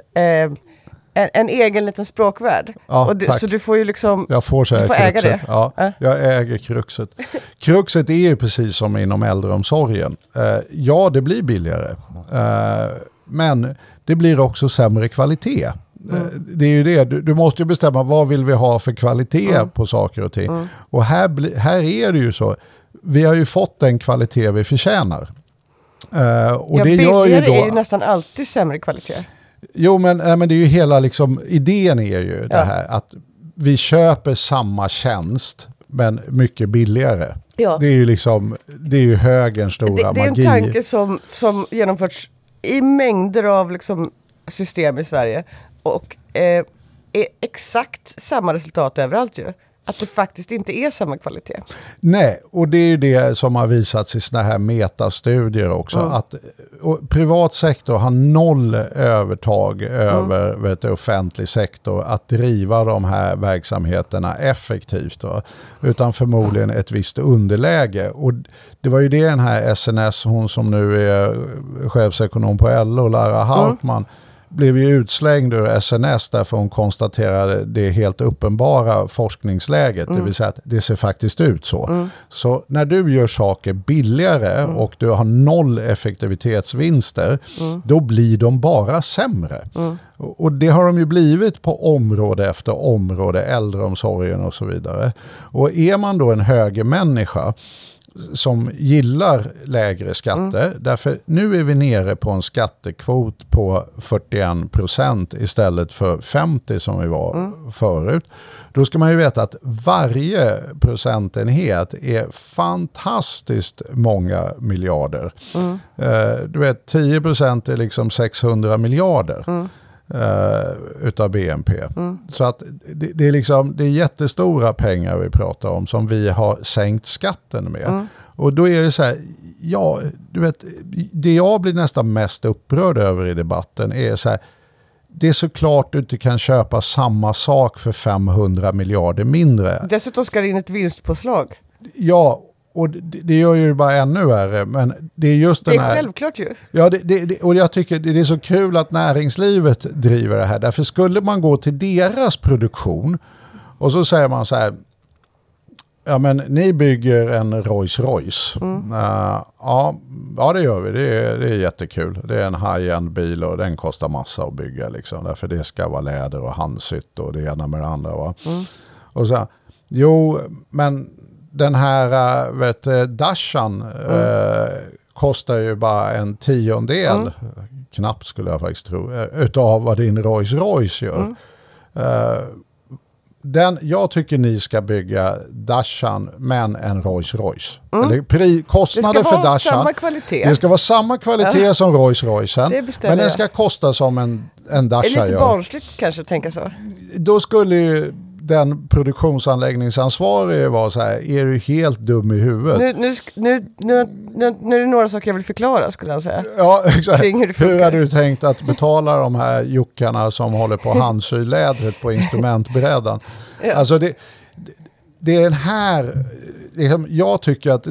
en egen liten språkvärld. Ja, så du får ju liksom... Jag får säga äga det. Ja, jag äger kruxet. Kruxet är ju precis som inom äldreomsorgen. Ja, det blir billigare. Men det blir också sämre kvalitet. Det är ju det. Du måste ju bestämma vad vill vi ha för kvalitet på saker och ting. Och här är det ju så. Vi har ju fått den kvalitet vi förtjänar. Och det gör ju då... är ju nästan alltid sämre kvalitet. Jo, men det är ju hela liksom, idén är ju det här att vi köper samma tjänst men mycket billigare. Ja. Det är ju liksom, det är ju högerns stora magi. Det är en tanke som genomförts i mängder av liksom system i Sverige och är exakt samma resultat överallt ju. att det faktiskt inte är samma kvalitet. Nej, och det är ju det som har visats i såna här metastudier också. Att privat sektor har 0 övertag över offentlig sektor att driva de här verksamheterna effektivt. Då, utan förmodligen ett visst underläge. Och det var ju det den här SNS, hon som nu är chefsekonom på LO, Lara Hauptman, blev ju utslängd ur SNS därför hon konstaterade det helt uppenbara forskningsläget. Det vill säga att det ser faktiskt ut så. Så när du gör saker billigare och du har 0 effektivitetsvinster, då blir de bara sämre. Och det har de ju blivit på område efter område, äldreomsorgen och så vidare. Och är man då en högermänniska som gillar lägre skatter, därför nu är vi nere på en skattekvot på 41% istället för 50% som vi var förut. Då ska man ju veta att varje procentenhet är fantastiskt många miljarder. Du vet, 10% är liksom 600 miljarder. Utav BNP. Så att det är liksom, det är jättestora pengar vi pratar om som vi har sänkt skatten med. Och då är det så här, ja, du vet, det jag blir nästan mest upprörd över i debatten är så här, det är såklart du inte kan köpa samma sak för 500 miljarder mindre. Dessutom ska det in ett vinstpåslag. Ja, och det gör ju bara ännu värre, men det är just den här... Det är självklart ju. Ja, och jag tycker det är så kul att näringslivet driver det här. Därför skulle man gå till deras produktion och så säger man så här, ja men ni bygger en Rolls-Royce. Ja, det gör vi. Det är jättekul. Det är en high-end bil och den kostar massa att bygga liksom. Därför det ska vara läder och handsytt och det ena med det andra. Va? Och så, jo, men den här Dashan kostar ju bara en 10-del, knappt skulle jag faktiskt tro, utav vad din Rolls-Royce gör. Jag tycker ni ska bygga Dashan men en Rolls-Royce. Eller kostnader för Dashan. Samma kvalitet. Det ska vara samma kvalitet som Rolls-Roycen. Men den ska kosta som en Dasha gör. Är lite barnsligt kanske att tänka så. Då skulle ju den produktionsanläggningsansvarige var så här, är du helt dum i huvudet? Nu är det några saker jag vill förklara, skulle jag säga. Ja, exakt. Hur har du tänkt att betala de här jockarna som håller på handsylädret på instrumentbrädan? Ja. Alltså det är den här, jag tycker att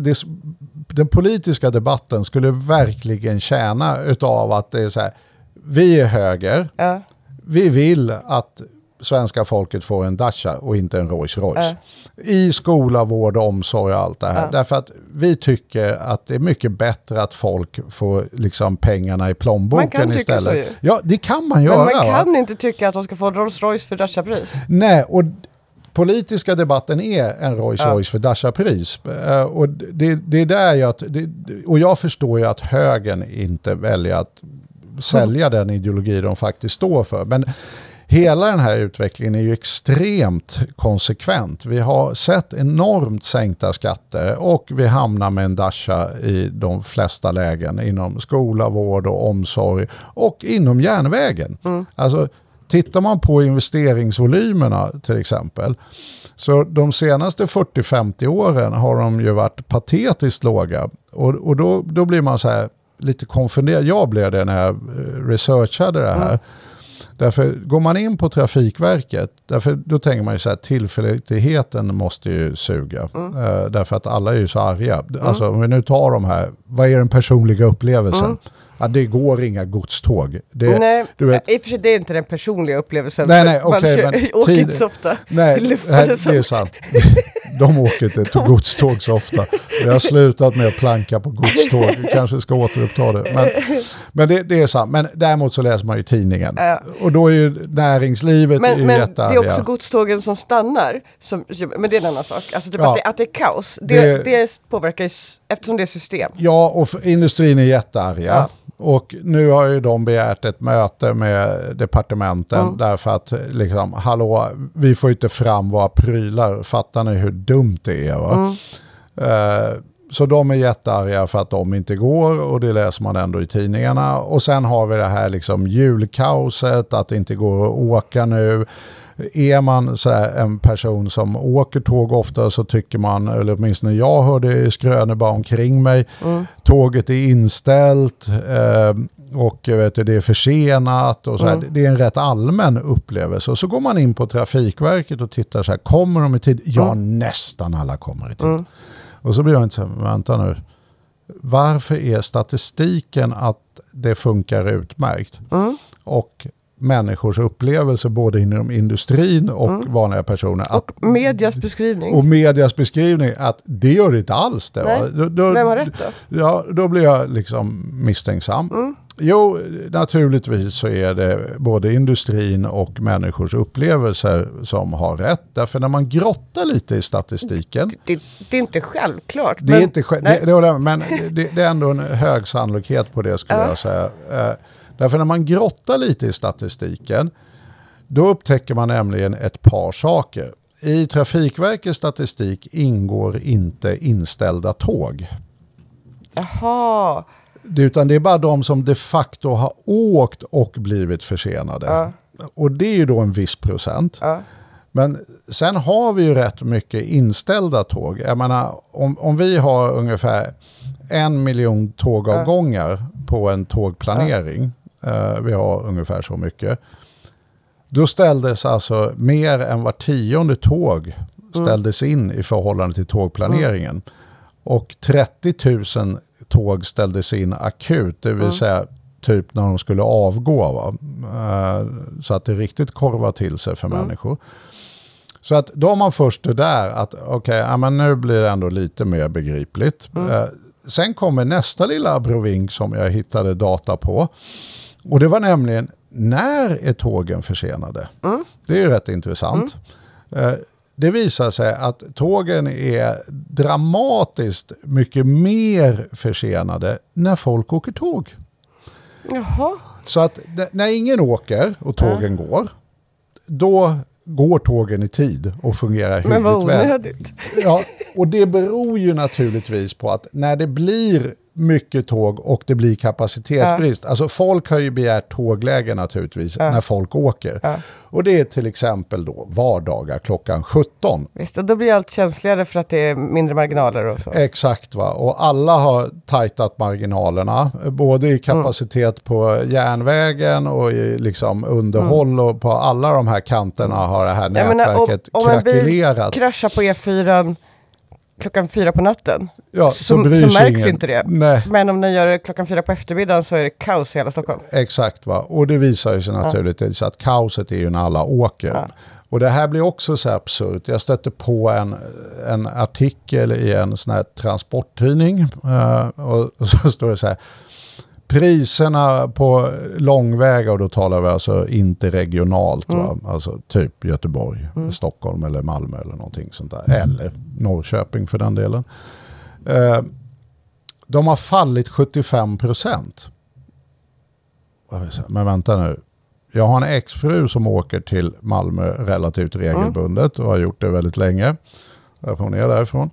den politiska debatten skulle verkligen tjäna utav att det är så här, vi är höger, vi vill att svenska folket får en Dacia och inte en Rolls-Royce. I skola, vård och omsorg och allt det här. Därför att vi tycker att det är mycket bättre att folk får liksom pengarna i plånboken istället. Ja, det kan man göra. Men man kan inte tycka att de ska få en Rolls-Royce för Dacia-pris. Nej, och politiska debatten är en Rolls-Royce för Dacia-pris. Och det är där och jag förstår ju att högern inte väljer att sälja den ideologi de faktiskt står för. Men hela den här utvecklingen är ju extremt konsekvent. Vi har sett enormt sänkta skatter och vi hamnar med en Dacia i de flesta lägen inom skola, vård och omsorg och inom järnvägen. Alltså tittar man på investeringsvolymerna till exempel, så de senaste 40-50 åren har de ju varit patetiskt låga och då blir man så här lite konfunderad. Jag blev det när jag researchade det här. Därför går man in på Trafikverket, då tänker man ju så här, tillförlitligheten måste ju suga. Därför att alla är ju så arga. Alltså om vi nu tar de här, vad är den personliga upplevelsen? Ja, det går inga godståg. Nej, du vet, i och för sig det är inte den personliga upplevelsen. Nej, okej. Man åker inte så ofta. Nej, det är sant. De åker inte till godståg så ofta. Jag har slutat med att planka på godståg. Vi kanske ska återuppta det. Men det är sant. Men däremot så läser man ju tidningen. Och då är ju näringslivet men jättearga. Det är också godstågen som stannar. Men det är en annan sak. Alltså typ att det är kaos. Det påverkar ju, eftersom det är system. Ja, och industrin är jättearga. Ja. Och nu har ju de begärt ett möte med departementen därför att liksom, hallå, vi får inte fram våra prylar. Fattar ni hur dumt det är? Va? Så de är jättearga för att de inte går och det läser man ändå i tidningarna. Och sen har vi det här liksom julkaoset, att det inte går att åka nu. Är man så här en person som åker tåg ofta, så tycker man, eller åtminstone jag hörde skrönor bara omkring mig, tåget är inställt och det är försenat och så här. Det är en rätt allmän upplevelse. Och så går man in på Trafikverket och tittar så här, kommer de i tid? Ja, nästan alla kommer i tid. Och så blir jag inte så här, vänta nu. Varför är statistiken att det funkar utmärkt? Och människors upplevelse både inom industrin och vanliga personer. Och medias beskrivning. Och medias beskrivning att det gör det inte alls. Det, Nej. Vem har rätt då? Ja, då blir jag liksom misstänksam. Jo, naturligtvis så är det både industrin och människors upplevelser som har rätt. Därför när man grottar lite i statistiken. Det är inte självklart. Det är inte men det är ändå en hög sannolikhet på det, skulle jag säga. Därför när man grottar lite i statistiken, då upptäcker man nämligen ett par saker. I Trafikverkets statistik ingår inte inställda tåg. Jaha. Utan det är bara de som de facto har åkt och blivit försenade. Och det är ju då en viss procent. Men sen har vi ju rätt mycket inställda tåg. Jag menar, om vi har ungefär 1 miljon tågavgångar på en tågplanering, vi har ungefär så mycket, då ställdes alltså mer än var 10:e tåg ställdes in i förhållande till tågplaneringen. Och 30 000 tåg ställdes in akut, det vill säga typ när de skulle avgå. Va? Så att det riktigt korvar till sig för människor. Så att då har man först det där att men nu blir det ändå lite mer begripligt. Sen kommer nästa lilla abrovink som jag hittade data på. Och det var nämligen, när är tågen försenade? Det är ju rätt intressant. Det visar sig att tågen är dramatiskt mycket mer försenade när folk åker tåg. Jaha. Så att när ingen åker och tågen går, då går tågen i tid och fungerar hyggligt väl. Men vad onödigt. Ja, och det beror ju naturligtvis på att när det blir mycket tåg och det blir kapacitetsbrist. Alltså folk har ju begärt tågläge naturligtvis när folk åker. Och det är till exempel då vardagar klockan 17. Visst, och då blir allt känsligare för att det är mindre marginaler och så. Exakt, va. Och alla har tajtat marginalerna. Både i kapacitet på järnvägen och i liksom underhåll och på alla de här kanterna har det här nätverket krackelerat. Om en bil kraschar på E4 klockan 4 på natten, så märks inte det. Nej. Men om den gör det klockan 4 på eftermiddagen så är det kaos i hela Stockholm. Exakt, va. Och det visar ju sig naturligtvis att kaoset är ju när alla åker. Och det här blir också så absurt. Jag stötte på en artikel i en sån här transporttidning och så står det så här: priserna på långväga, och då talar vi alltså inte regionalt, va? Alltså typ Göteborg, Stockholm eller Malmö eller någonting sånt där. Eller Norrköping för den delen. De har fallit 75%. Men vänta nu. Jag har en exfru som åker till Malmö relativt regelbundet och har gjort det väldigt länge. Därför hon är därifrån.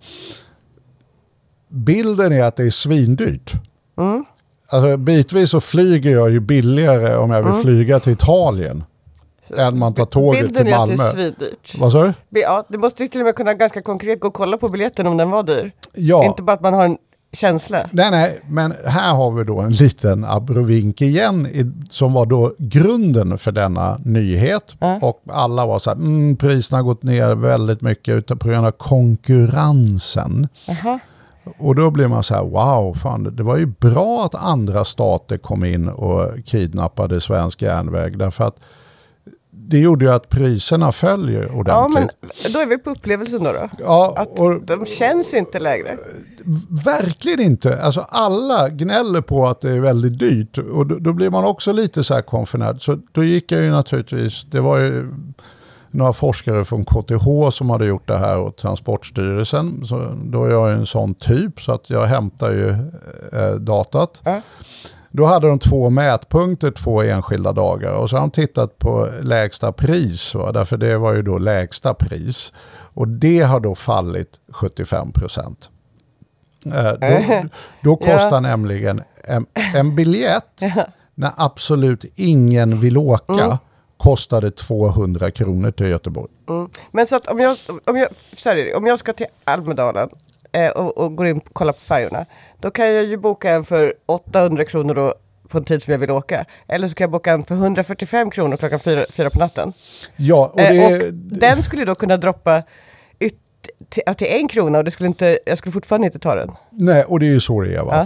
Bilden är att det är svindyrt. Alltså bitvis så flyger jag ju billigare om jag vill flyga till Italien än man tar tåget till Malmö. Bilden är att det är svindyrt. Vad sa du? Ja, det måste ju till och med kunna ganska konkret gå och kolla på biljetten om den var dyr. Ja. Inte bara att man har en känsla. Nej, men här har vi då en liten abrovink igen som var då grunden för denna nyhet. Och alla var så här, priserna har gått ner väldigt mycket på grund av konkurrensen. Och då blir man så här, wow, fan, det var ju bra att andra stater kom in och kidnappade svensk järnväg, därför att det gjorde ju att priserna följer ordentligt. Ja, men då är vi på upplevelsen då. Ja, att de känns inte lägre. Verkligen inte. Alltså alla gnäller på att det är väldigt dyrt. Och då blir man också lite så här konfunderad. Så då gick jag ju naturligtvis, det var ju några forskare från KTH som hade gjort det här och Transportstyrelsen. Så då är jag en sån typ så att jag hämtar ju datat. Då hade de 2 mätpunkter 2 enskilda dagar och så har de tittat på lägsta pris, va? Därför det var ju då lägsta pris och det har då fallit 75%. Då kostar nämligen en biljett när absolut ingen vill åka kostade 200 kronor till Göteborg. Men så att om jag ska till Almedalen och går in och kollar på färjorna, då kan jag ju boka en för 800 kronor då, på en tid som jag vill åka. Eller så kan jag boka en för 145 kronor klockan 4 på natten. Ja, och den skulle då kunna droppa till 1 krona och jag skulle fortfarande inte ta den. Nej, och det är ju så det är, va?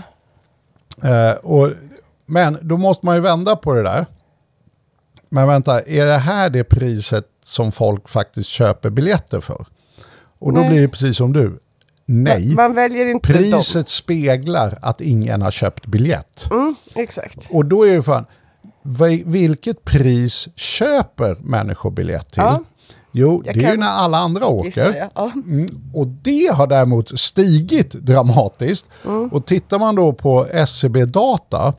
Ja. Men då måste man ju vända på det där. Men vänta, är det här det priset som folk faktiskt köper biljetter för? Och då blir det precis som du. Nej, man väljer inte priset speglar att ingen har köpt biljett. Exakt. Och då är det fan, vilket pris köper människor biljett till? Ja. Jo, det är ju när alla andra åker. Och det har däremot stigit dramatiskt. Och tittar man då på SCB-data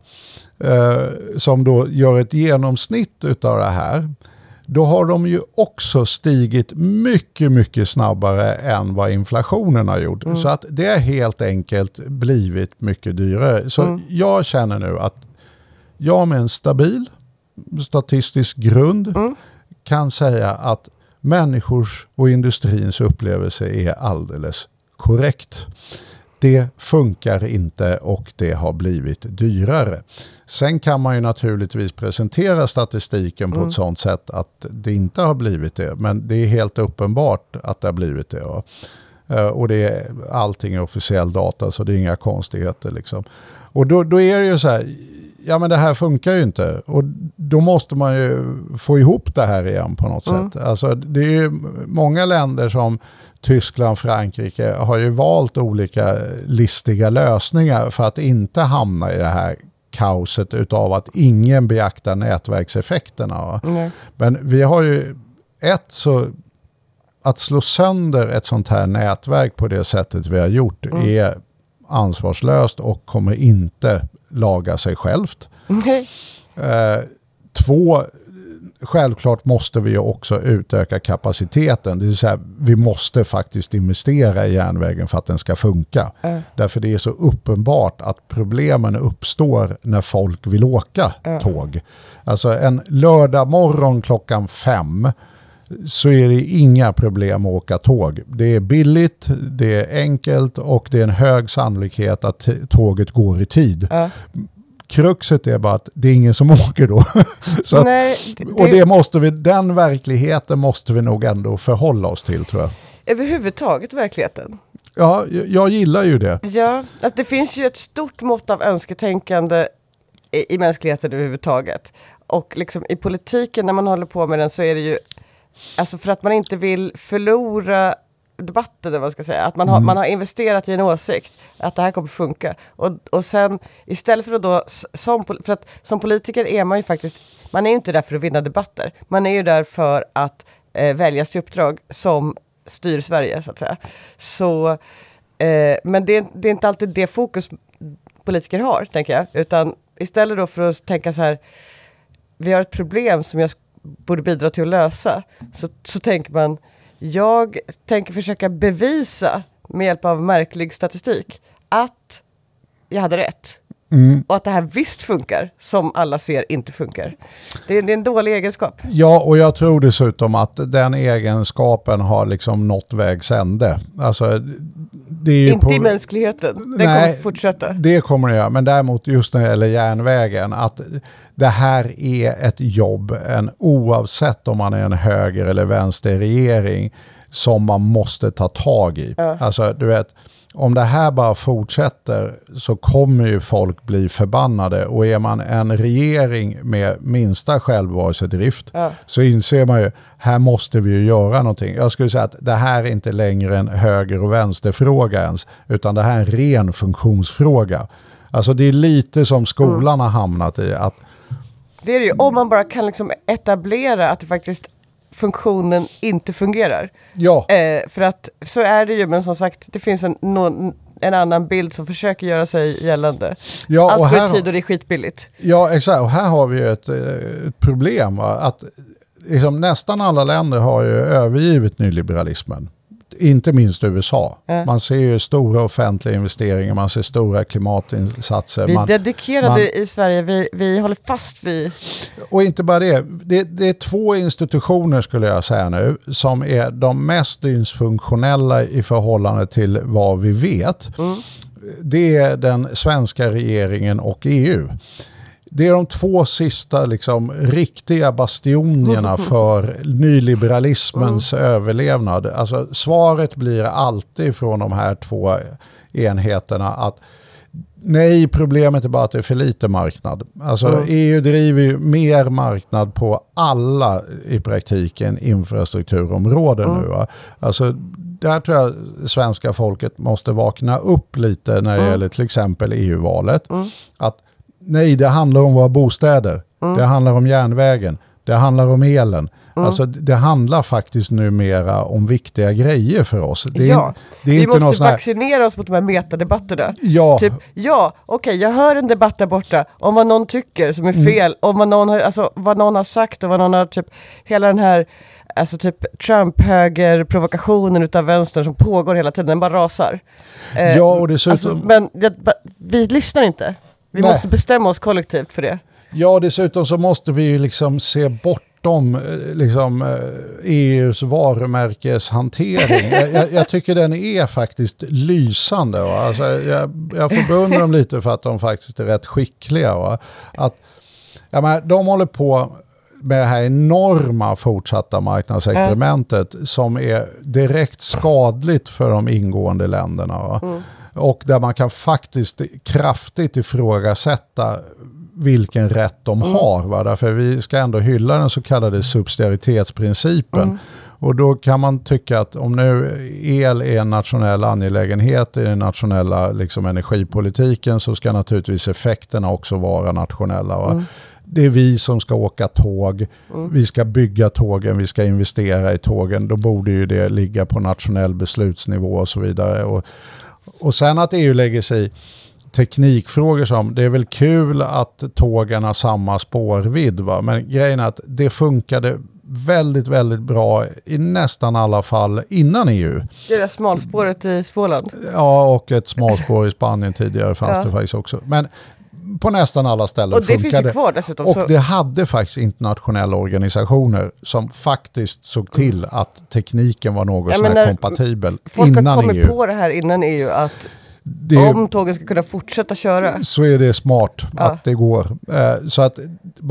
som då gör ett genomsnitt utav det här, då har de ju också stigit mycket, mycket snabbare än vad inflationen har gjort. Så att det har helt enkelt blivit mycket dyrare. Så jag känner nu att jag med en stabil statistisk grund kan säga att människors och industrins upplevelse är alldeles korrekt. Det funkar inte och det har blivit dyrare. Sen kan man ju naturligtvis presentera statistiken på ett sådant sätt att det inte har blivit det. Men det är helt uppenbart att det har blivit det. Och det är allting officiell data, så det är inga konstigheter liksom. Och då är det ju så här, ja men det här funkar ju inte. Och då måste man ju få ihop det här igen på något sätt. Alltså det är ju många länder som Tyskland, Frankrike har ju valt olika listiga lösningar för att inte hamna i det här kaoset utav att ingen beaktar nätverkseffekterna. Men vi har ju att slå sönder ett sånt här nätverk på det sättet vi har gjort är ansvarslöst och kommer inte laga sig självt. 2, självklart måste vi också utöka kapaciteten. Det vill säga, vi måste faktiskt investera i järnvägen för att den ska funka. Därför det är så uppenbart att problemen uppstår när folk vill åka tåg. Alltså en lördag morgon klockan 5 så är det inga problem att åka tåg. Det är billigt, det är enkelt och det är en hög sannolikhet att tåget går i tid. Kruxet är bara att det är ingen som åker då. Så att, den verkligheten måste vi nog ändå förhålla oss till, tror jag. Överhuvudtaget verkligheten. Ja, jag gillar ju det. Ja, att det finns ju ett stort mått av önsketänkande i mänskligheten överhuvudtaget. Och liksom i politiken när man håller på med den så är det ju alltså för att man inte vill förlora debatten, eller vad man ska säga. Att man har investerat i en åsikt att det här kommer funka. Och sen istället för att då som politiker är man ju faktiskt, man är ju inte där för att vinna debatter. Man är ju där för att väljas till uppdrag som styr Sverige, så att säga. Så, men det är inte alltid det fokus politiker har, tänker jag. Utan istället då för att tänka så här, vi har ett problem som jag borde bidra till att lösa. Så tänker man, jag tänker försöka bevisa med hjälp av märklig statistik att jag hade rätt. Och att det här visst funkar, som alla ser inte funkar. Det är en dålig egenskap. Ja, och jag tror dessutom att den egenskapen har liksom nått vägs ände. Alltså, det är ju inte i mänskligheten. Det kommer fortsätta. Det kommer det göra, men däremot just när det gäller järnvägen, att det här är ett jobb, oavsett om man är en höger- eller vänsterregering, som man måste ta tag i. Alltså, du vet, om det här bara fortsätter så kommer ju folk bli förbannade. Och är man en regering med minsta självbevarelsedrift så inser man ju, här måste vi ju göra någonting. Jag skulle säga att det här är inte längre en höger- och vänsterfråga ens, utan det här är en ren funktionsfråga. Alltså det är lite som skolan har hamnat i. Att det är det ju, om man bara kan liksom etablera att det faktiskt funktionen inte fungerar. Ja. För att så är det ju, men som sagt, det finns en annan bild som försöker göra sig gällande. Ja, allt och går i tid och det är skitbilligt. Ja, exakt. Och här har vi ju ett problem. Att liksom, nästan alla länder har ju övergivit nyliberalismen. inte minst USA. Man ser ju stora offentliga investeringar, man ser stora klimatinsatser. Vi dedikerade i Sverige, vi håller fast vid... Och inte bara det. Det är 2 institutioner skulle jag säga nu som är de mest dysfunktionella i förhållande till vad vi vet. Det är den svenska regeringen och EU. Det är de 2 sista liksom, riktiga bastionerna för nyliberalismens överlevnad. Alltså, svaret blir alltid från de här 2 enheterna att nej, problemet är bara att det är för lite marknad. Alltså EU driver ju mer marknad på alla i praktiken infrastrukturområden nu. Va? Alltså där tror jag svenska folket måste vakna upp lite när det gäller till exempel EU-valet. Att nej, det handlar om våra bostäder. Det handlar om järnvägen. Det handlar om elen. Alltså det handlar faktiskt numera om viktiga grejer för oss. Det är vi inte måste vaccinera oss mot de här metadebatterna. Ja. Typ, okej, jag hör en debatt där borta om vad någon tycker som är fel. Om vad någon har sagt och vad någon har typ, hela den här alltså typ Trump-höger-provokationen utav vänstern som pågår hela tiden, den bara rasar. Och dessutom... men vi lyssnar inte. Vi måste bestämma oss kollektivt för det. Ja, dessutom så måste vi ju liksom se bortom liksom, EUs varumärkeshantering. Jag tycker den är faktiskt lysande. Va? Alltså, jag förbrunnar dem lite för att de faktiskt är rätt skickliga. Va? Att, de håller på med det här enorma fortsatta marknadsexperimentet som är direkt skadligt för de ingående länderna. Va? Och där man kan faktiskt kraftigt ifrågasätta vilken rätt de har. Va? Därför vi ska ändå hylla den så kallade subsidiaritetsprincipen. Och då kan man tycka att om nu el är en nationell angelägenhet i den nationella liksom, energipolitiken så ska naturligtvis effekterna också vara nationella. Va? Det är vi som ska åka tåg, vi ska bygga tågen, vi ska investera i tågen. Då borde ju det ligga på nationell beslutsnivå och så vidare. Och sen att EU lägger sig i teknikfrågor som, det är väl kul att tågen har samma spårvidd, va? Men grejen är att det funkade väldigt, väldigt bra i nästan alla fall innan EU. Det är smalspåret i Småland. Ja, och ett smalspår i Spanien tidigare fanns det faktiskt också. Men på nästan alla ställen och det funkade. Finns ju kvar dessutom, och det hade faktiskt internationella organisationer som faktiskt såg till att tekniken var något sådär kompatibel folk innan EU. Folk har kommit på det här innan EU att om tågen ska kunna fortsätta köra. Så är det smart att det går. Så att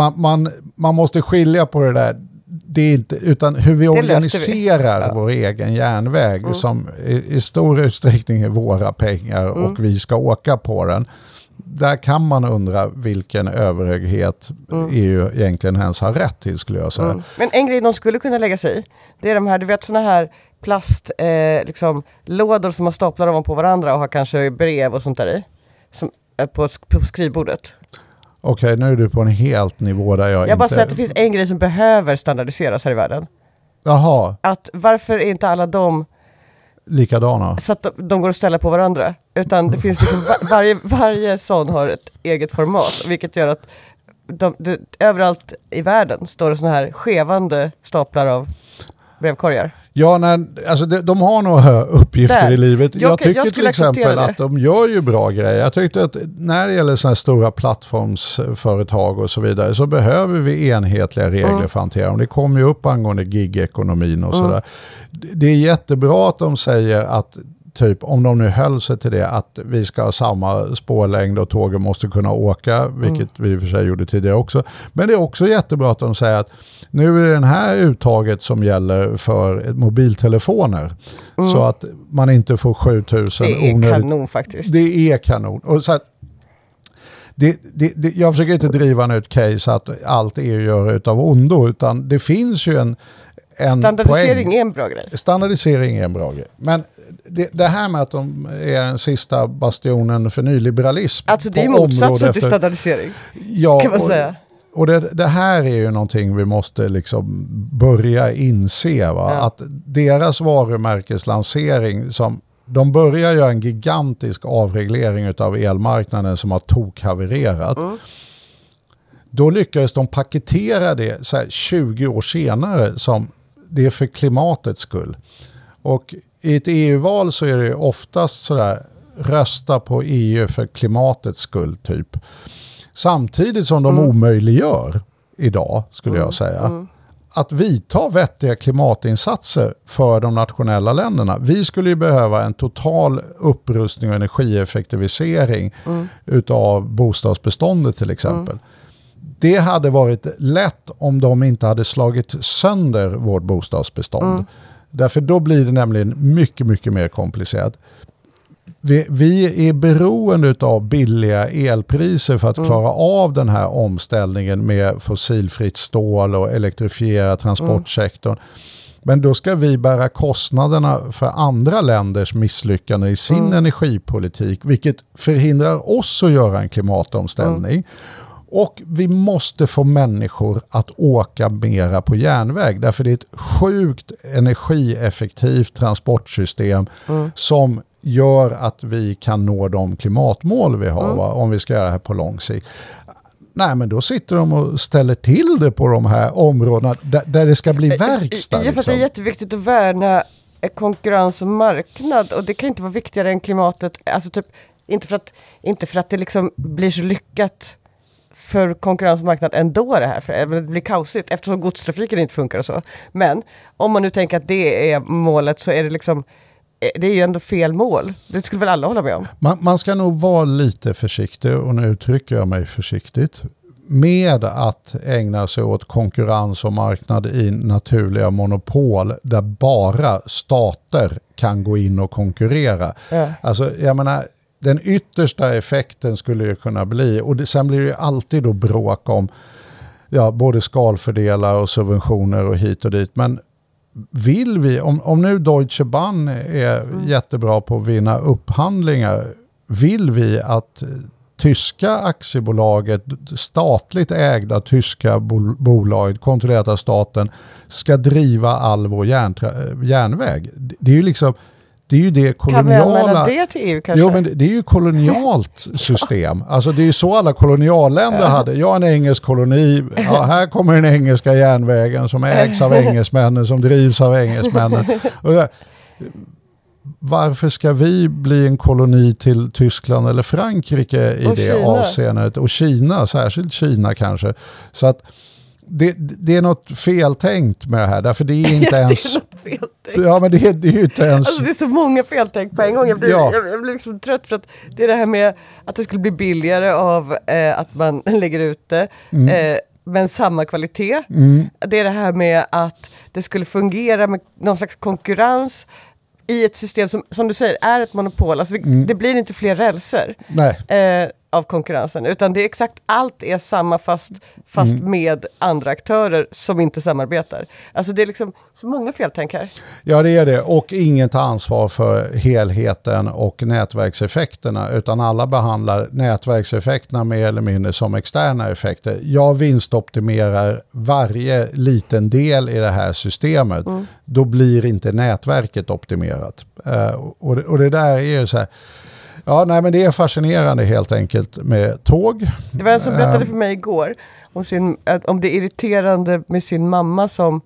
man måste skilja på det där. Det är inte, utan hur vi organiserar vår egen järnväg som i stor utsträckning är våra pengar och vi ska åka på den. Där kan man undra vilken överhöghet EU egentligen ens har rätt till, skulle jag säga. Men en grej de skulle kunna lägga sig i, det är de här, du vet, såna här plast liksom, lådor som man staplar ovanpå varandra och har kanske brev och sånt där i. Som, på skrivbordet. Okej, nu är du på en helt nivå där jag inte... Jag bara säger att det finns en grej som behöver standardiseras här i världen. Jaha. Att varför är inte alla de likadana? Så att de går att ställa på varandra. Utan det finns liksom varje sån har ett eget format. Vilket gör att överallt i världen står det såna här skevande staplar av brevkorgar. Ja, alltså de har några uppgifter i livet. Jag tycker till exempel att de gör ju bra grejer. Jag tyckte att när det gäller sådana här stora plattformsföretag och så vidare så behöver vi enhetliga regler för att hantera dem. Det kommer ju upp angående gig-ekonomin och sådär. Det är jättebra att de säger att typ, om de nu höll sig till det, att vi ska ha samma spårlängd och tågen måste kunna åka, vilket vi i och för sig gjorde tidigare också. Men det är också jättebra att de säger att nu är det den här uttaget som gäller för mobiltelefoner. Så att man inte får 7000 onödigt. Det är kanon faktiskt. Det är kanon. Och så att, jag försöker inte driva ett case att allt EU gör utav ondo, utan det finns ju en standardisering poäng. Är en bra grej. Standardisering är en bra grej. Men det här med att de är den sista bastionen för nyliberalism. Alltså det är motsatsen till standardisering. Ja, kan man säga. Och det här är ju någonting vi måste liksom börja inse. Va? Ja. Att deras varumärkeslansering, som de börjar göra en gigantisk avreglering av elmarknaden som har tokhavererat. Då lyckades de paketera det så här 20 år senare som det är för klimatets skull. Och i ett EU-val så är det oftast sådär, rösta på EU för klimatets skull typ. Samtidigt som de omöjliggör idag, skulle jag säga, att vidta vettiga klimatinsatser för de nationella länderna. Vi skulle ju behöva en total upprustning och energieffektivisering utav bostadsbeståndet till exempel. Det hade varit lätt om de inte hade slagit sönder vårt bostadsbestånd. Därför då blir det nämligen mycket, mycket mer komplicerat. Vi är beroende av billiga elpriser för att klara av den här omställningen med fossilfritt stål och elektrifiera transportsektorn. Men då ska vi bära kostnaderna för andra länders misslyckande i sin energipolitik, vilket förhindrar oss att göra en klimatomställning. Och vi måste få människor att åka mera på järnväg. Därför det är ett sjukt energieffektivt transportsystem som gör att vi kan nå de klimatmål vi har om vi ska göra det här på lång sikt. Nej, men då sitter de och ställer till det på de här områdena där det ska bli verkstad. Ja, för det är jätteviktigt att värna konkurrens och marknad, och det kan inte vara viktigare än klimatet. Alltså typ, inte för att det liksom blir så lyckat för konkurrens och marknad ändå det här, för det blir kaosigt eftersom godstrafiken inte funkar och så. Men om man nu tänker att det är målet, så är det liksom, det är ju ändå fel mål. Det skulle väl alla hålla med om. Man ska nog vara lite försiktig, och nu uttrycker jag mig försiktigt, med att ägna sig åt konkurrens och marknad i naturliga monopol där bara stater kan gå in och konkurrera. Ja. Alltså, jag menar, den yttersta effekten skulle ju kunna bli, och sen blir det alltid då bråk om både skalfördelar och subventioner och hit och dit, men vill vi, om nu Deutsche Bahn är jättebra på att vinna upphandlingar, vill vi att tyska aktiebolaget, statligt ägda tyska bolag kontrollerat av staten, ska driva all vår järnväg? Det är ju liksom, det är ju det koloniala... Kan vi använda det till EU kanske? Jo, men det är ju kolonialt system. Alltså det är ju så alla kolonialländer hade. Jag är en engelsk koloni. Ja, här kommer den engelska järnvägen som ägs av engelsmännen, som drivs av engelsmännen. Varför ska vi bli en koloni till Tyskland eller Frankrike i det avseendet? Och Kina, särskilt Kina kanske. Så att det är något feltänkt med det här. Därför det är inte ens... Ja, men det är ju inte ens... Alltså det är så många feltänk på en gång. Jag blir liksom trött, för att det är det här med att det skulle bli billigare av att man lägger ut det. Men samma kvalitet. Det är det här med att det skulle fungera med någon slags konkurrens i ett system som du säger är ett monopol. Alltså det blir inte fler rälser av konkurrensen, utan det är exakt allt är samma fast med andra aktörer som inte samarbetar. Alltså det är liksom så många feltänk här. Ja, det är det, och inget ansvar för helheten och nätverkseffekterna, utan alla behandlar nätverkseffekterna mer eller mindre som externa effekter. Jag vinstoptimerar varje liten del i det här systemet. Då blir inte nätverket optimerat. Och det där är ju så här. Ja, nej, men det är fascinerande helt enkelt med tåg. Det var en som berättade för mig igår om det irriterande med sin mamma som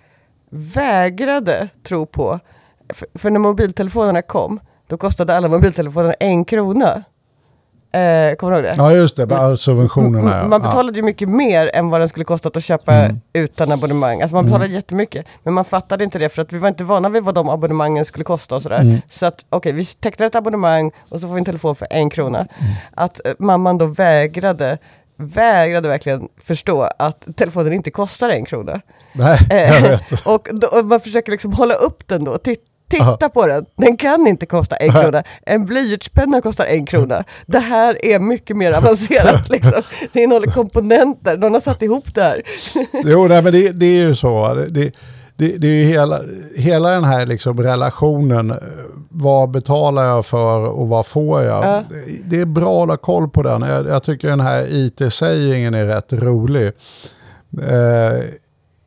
vägrade tro på. För när mobiltelefonerna kom, då kostade alla mobiltelefoner 1 krona. Kommer du ihåg det? Ja, just det. Bara subventionerna. Man betalade ju mycket mer än vad den skulle kosta att köpa utan abonnemang. Alltså man betalade jättemycket. Men man fattade inte det, för att vi var inte vana vid vad de abonnemangen skulle kosta och sådär. Så att vi tecknar ett abonnemang och så får vi en telefon för 1 krona. Att mamman då vägrade verkligen förstå att telefonen inte kostar 1 krona. Nej, jag vet. Och man försöker liksom hålla upp den då. Titta på den. Den kan inte kosta 1 krona. En blyertspenna kostar 1 krona. Det här är mycket mer avancerat. Liksom. Det innehåller komponenter. Någon har satt ihop det här. Jo, nej, men det är ju så. Det är ju hela den här liksom relationen. Vad betalar jag för och vad får jag? Ja. Det är bra att hålla koll på den. Jag tycker den här IT-sägningen är rätt rolig.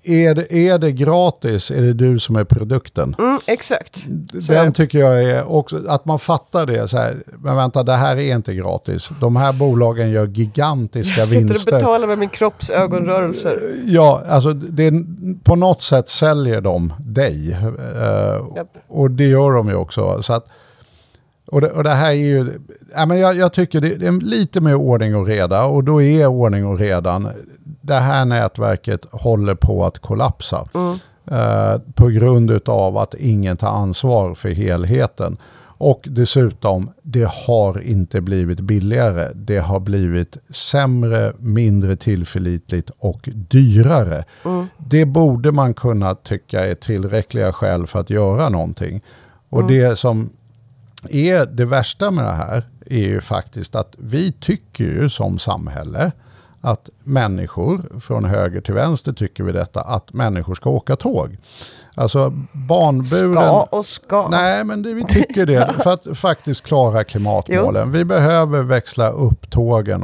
är det gratis, är det du som är produkten. Exakt. Den tycker jag är också, att man fattar det så här, men vänta, det här är inte gratis. De här bolagen gör gigantiska vinster. Jag sitter och betalar med min kropps ögonrörelser. Ja, alltså på något sätt säljer de dig. Och det gör de ju också. Så att, och det här är ju, men jag tycker det är lite mer ordning och reda, och då är ordning och redan, det här nätverket håller på att kollapsa på grund av att ingen tar ansvar för helheten. Och dessutom, det har inte blivit billigare. Det har blivit sämre, mindre tillförlitligt och dyrare. Det borde man kunna tycka är tillräckliga skäl för att göra någonting. Och det som är det värsta med det här är ju faktiskt att vi tycker ju som samhälle att människor, från höger till vänster tycker vi detta, att människor ska åka tåg. Alltså barnburen... Ska. Nej, men vi tycker det för att faktiskt klara klimatmålen. Vi behöver växla upp tågen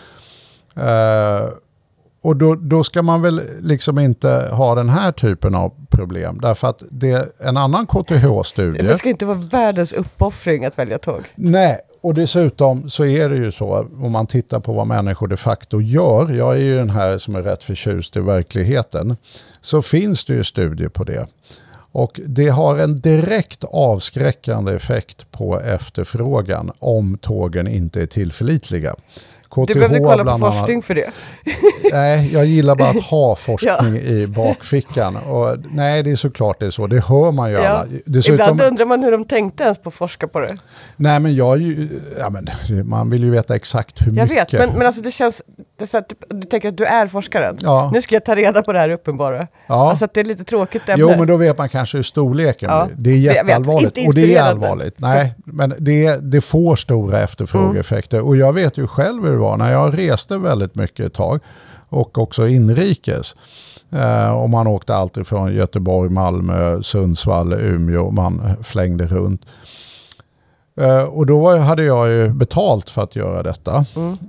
och då ska man väl liksom inte ha den här typen av problem. Därför att en annan KTH-studie... Det ska inte vara världens uppoffring att välja tåg. Nej, och dessutom så är det ju så, om man tittar på vad människor de facto gör, jag är ju den här som är rätt förtjust i verkligheten, så finns det ju studier på det. Och det har en direkt avskräckande effekt på efterfrågan om tågen inte är tillförlitliga. KTH, du behövde kolla på forskning för det. Nej, jag gillar bara att ha forskning i bakfickan. Och nej, det är såklart det är så. Det hör man ju alla. Dessutom, ibland undrar man hur de tänkte ens på att forska på det. Nej, men man vill ju veta exakt hur mycket. Jag vet, men alltså det känns... Så att du tänker att du är forskaren. Ja. Nu ska jag ta reda på det här uppenbara. Ja. Alltså att det är lite tråkigt ämne. Jo, men då vet man kanske hur storleken blir. Det är jätteallvarligt. Och det är allvarligt. Nej, men det får stora efterfrågeeffekter. Och jag vet ju själv hur det var när jag reste väldigt mycket ett tag. Och också inrikes. Och man åkte alltid från Göteborg, Malmö, Sundsvall, Umeå. Man flängde runt. Och då hade jag ju betalt för att göra detta.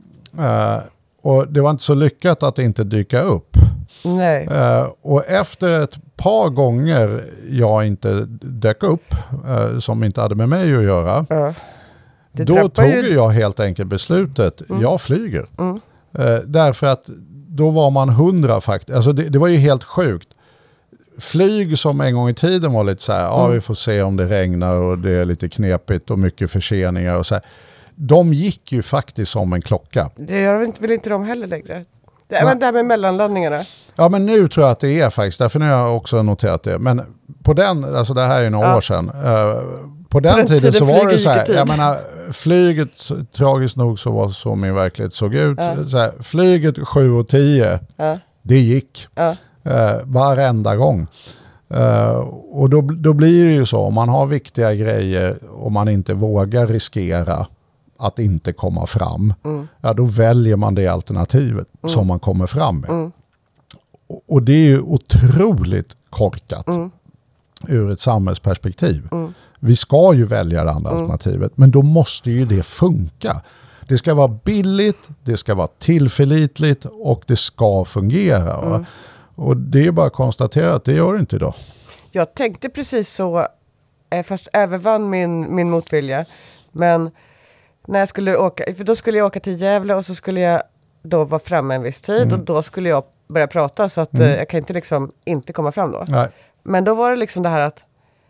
Och det var inte så lyckat att inte dyka upp. Nej. Och efter ett par gånger jag inte dök upp, som inte hade med mig att göra, då tog jag helt enkelt beslutet, jag flyger. Därför att då var man 100 faktiskt. Alltså det var ju helt sjukt. Flyg som en gång i tiden var lite så här, vi får se om det regnar och det är lite knepigt och mycket förseningar och så här. De gick ju faktiskt som en klocka. Det gör väl inte de heller längre. Men det här med mellanlandningarna. Ja, men nu tror jag att det är faktiskt. Därför har jag också noterat det. Men på den, alltså det här är ju några år sedan. På den tiden så var det så här. Jag menar, flyget, tragiskt nog så var så min verklighet såg ut. Så här, flyget 7:10, det gick. Varenda gång. Och då blir det ju så. Om man har viktiga grejer och man inte vågar riskera att inte komma fram, då väljer man det alternativet som man kommer fram med. Och det är ju otroligt korkat ur ett samhällsperspektiv. Vi ska ju välja det andra alternativet, men då måste ju det funka. Det ska vara billigt, det ska vara tillförlitligt och det ska fungera. Och det är bara att konstatera att det gör det inte idag. Jag tänkte precis så, fast övervann min motvilja. Men när jag skulle åka, för då skulle jag åka till Gävle och så skulle jag då vara framme en viss tid och då skulle jag börja prata så att jag kan inte liksom inte komma fram då. Nej. Men då var det liksom det här att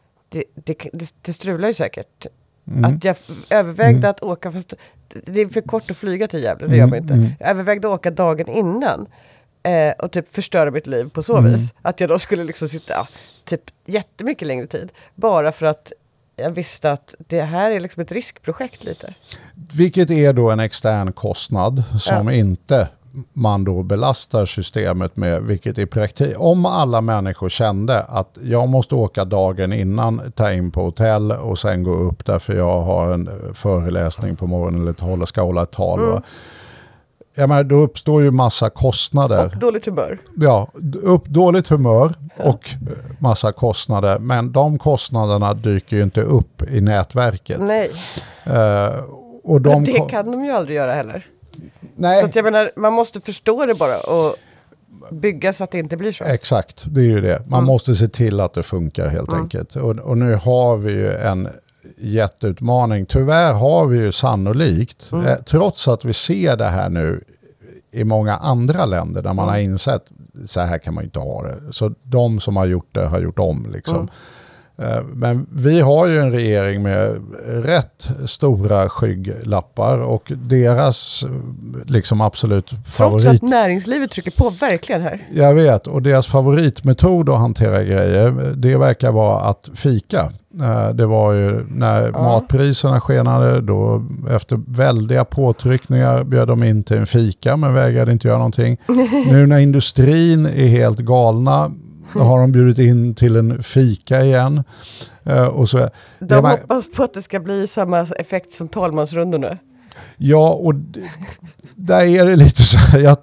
det strular ju säkert. Att jag övervägde att åka, fast det är för kort att flyga till Gävle, det gör man inte. Jag övervägde att åka dagen innan och typ förstöra mitt liv på så vis. Att jag då skulle liksom sitta typ jättemycket längre tid. Bara för att jag visste att det här är liksom ett riskprojekt lite. Vilket är då en extern kostnad som inte man då belastar systemet med, vilket i praktik, om alla människor kände att jag måste åka dagen innan, ta in på hotell och sen gå upp därför jag har en föreläsning på morgonen eller ska hålla ett tal. Ja, men då uppstår ju massa kostnader. Och dåligt humör. Ja, dåligt humör och massa kostnader. Men de kostnaderna dyker ju inte upp i nätverket. Nej. Och det kan de ju aldrig göra heller. Nej. Så att jag menar, man måste förstå det bara. bygga så att det inte blir så. Exakt, det är ju det. Man måste se till att det funkar helt enkelt. Och nu har vi ju en jätteutmaning. Tyvärr har vi ju sannolikt, trots att vi ser det här nu i många andra länder där man har insett så här kan man inte ha det. Så de som har gjort det har gjort om liksom. Men vi har ju en regering med rätt stora skygglappar och deras liksom absolut favorit... Trots att näringslivet trycker på verkligen här. Jag vet, och deras favoritmetod att hantera grejer, det verkar vara att fika. Det var ju när matpriserna skenade, då efter väldiga påtryckningar bjöd de in till en fika men vägrade inte göra någonting. Nu när industrin är helt galna har de bjudit in till en fika igen. Och så, de hoppas på att det ska bli samma effekt som talmansrundorna. Ja, och där är det lite så här.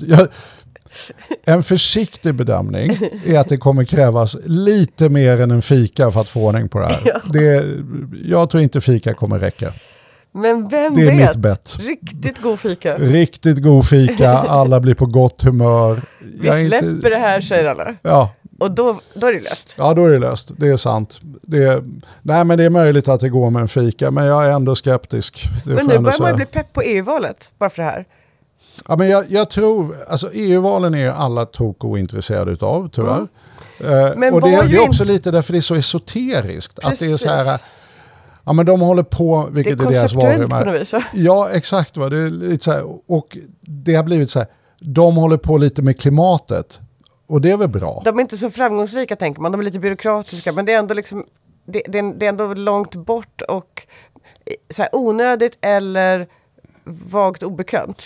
En försiktig bedömning är att det kommer krävas lite mer än en fika för att få ordning på det här. Ja. Jag tror inte fika kommer räcka. Men vem det är vet? Mitt bett. Riktigt god fika. Riktigt god fika. Alla blir på gott humör. Vi släpper det här, säger alla. Ja. Och då är det löst. Ja, då är det löst. Det är sant. Nej, men det är möjligt att det går med en fika, men jag är ändå skeptisk. Men nu börjar man bli pepp på EU-valet, bara för det här. Ja, men jag tror, alltså EU-valen är alla ointresserade utav, tyvärr. Men och det är också lite därför det är så esoteriskt. Precis. Att det är så här, ja men de håller på, vilket det är deras varumärke. Ja, exakt. Va? Det är lite så här, och det har blivit så här, de håller på lite med klimatet. Och det är väl bra. De är inte så framgångsrika, tänker man. De är lite byråkratiska, men det är ändå liksom det är ändå långt bort och så här onödigt eller vagt obekant.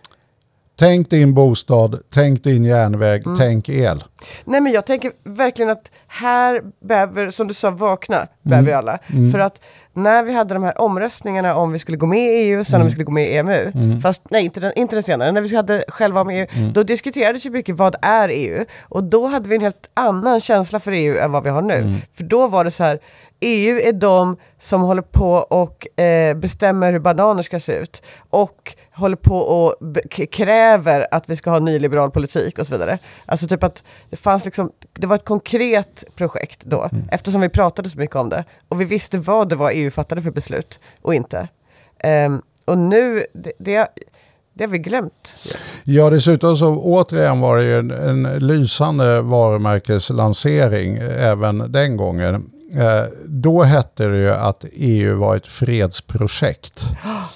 Tänk din bostad, tänk din järnväg, tänk el. Nej, men jag tänker verkligen att här behöver, som du sa, vakna behöver alla. För att när vi hade de här omröstningarna om vi skulle gå med i EU, sen om vi skulle gå med i EMU, fast nej, inte den senare, när vi hade själva med EU, då diskuterades ju mycket vad är EU, och då hade vi en helt annan känsla för EU än vad vi har nu. För då var det så här, EU är de som håller på och bestämmer hur bananer ska se ut och håller på och kräver att vi ska ha nyliberal politik och så vidare. Alltså typ att det fanns liksom, det var ett konkret projekt då, eftersom vi pratade så mycket om det och vi visste vad det var EU fattade för beslut och inte. Och nu, det har vi glömt. Ja, dessutom så återigen var det ju en lysande varumärkeslansering även den gången. Då hette det ju att EU var ett fredsprojekt.